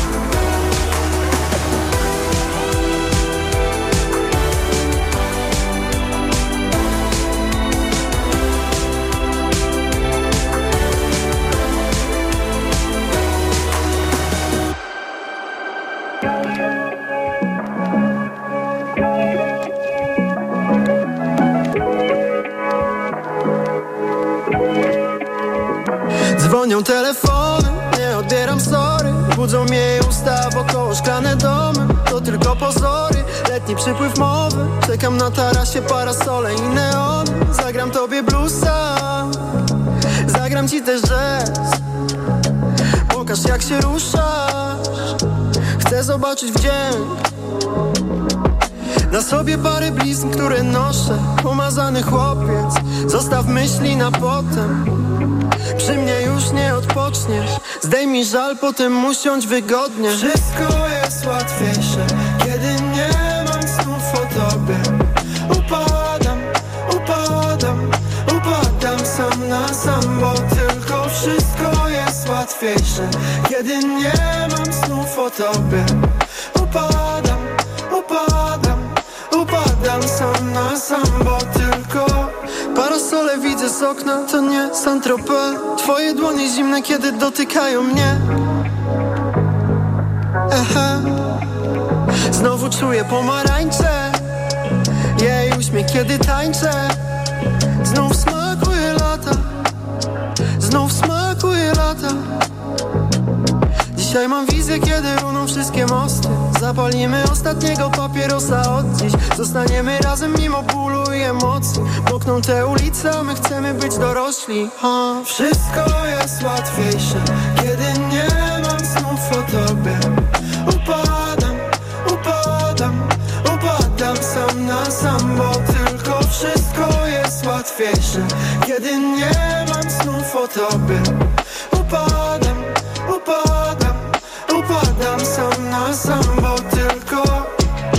Dzwonią telefony, nie odbieram, sorry. Budzą mnie usta wokoło szklane domy. To tylko pozory, letni przypływ mowy. Czekam na tarasie, parasole i neony. Zagram tobie bluesa, zagram ci też jazz. Pokaż, jak się ruszasz, chcę zobaczyć wdzięk. Na sobie parę blizn, które noszę. Umazany chłopiec, zostaw myśli na potem. Przy mnie już nie odpoczniesz. Zdejmij żal, potem usiądź wygodnie. Wszystko jest łatwiejsze, kiedy nie mam snów o tobie. Upadam sam na sam, bo tylko wszystko jest łatwiejsze, kiedy nie mam snów o tobie. Upadam sam na sam, bo tylko parasole widzę z okna, to nie Saint-Tropez. Twoje dłonie zimne, kiedy dotykają mnie. Znowu czuję pomarańcze, jej uśmiech, kiedy tańczę. Znów smakuje lata. Dzisiaj mam wizję, kiedy runą wszystkie mosty. Zapalimy ostatniego papierosa od dziś. Zostaniemy razem mimo bólu i emocji. Mokną te ulice, a my chcemy być dorośli. Wszystko jest łatwiejsze, kiedy nie mam snów o tobie. Upadam sam na sam, bo tylko wszystko jest łatwiejsze, kiedy nie mam snów o tobie. Upadam sam na sam, bo tylko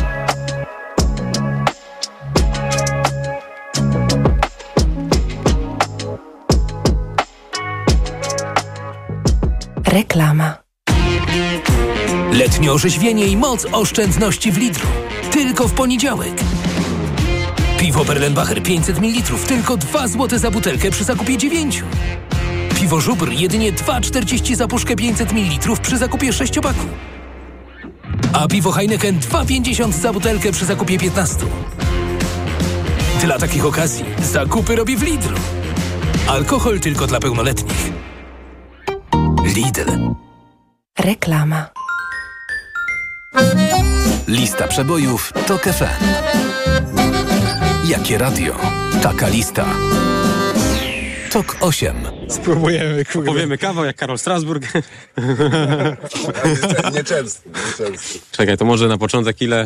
reklama. Letnie orzeźwienie i moc oszczędności w Lidlu. Tylko w poniedziałek. Piwo Perlenbacher 500 ml, tylko 2 zł za butelkę przy zakupie 9. Piwo Żubr jedynie 2,40 za puszkę 500 ml przy zakupie 6-paku. A piwo Heineken 2,50 za butelkę przy zakupie 15. Dla takich okazji zakupy robię w Lidlu. Alkohol tylko dla pełnoletnich. Lidl. Reklama. Lista przebojów TOK FM. Jakie radio? Taka lista. TOK 8. Spróbujemy, kurde. Powiemy kawał jak Karol Strasburg. Nie często. Czekaj, to może na początek ile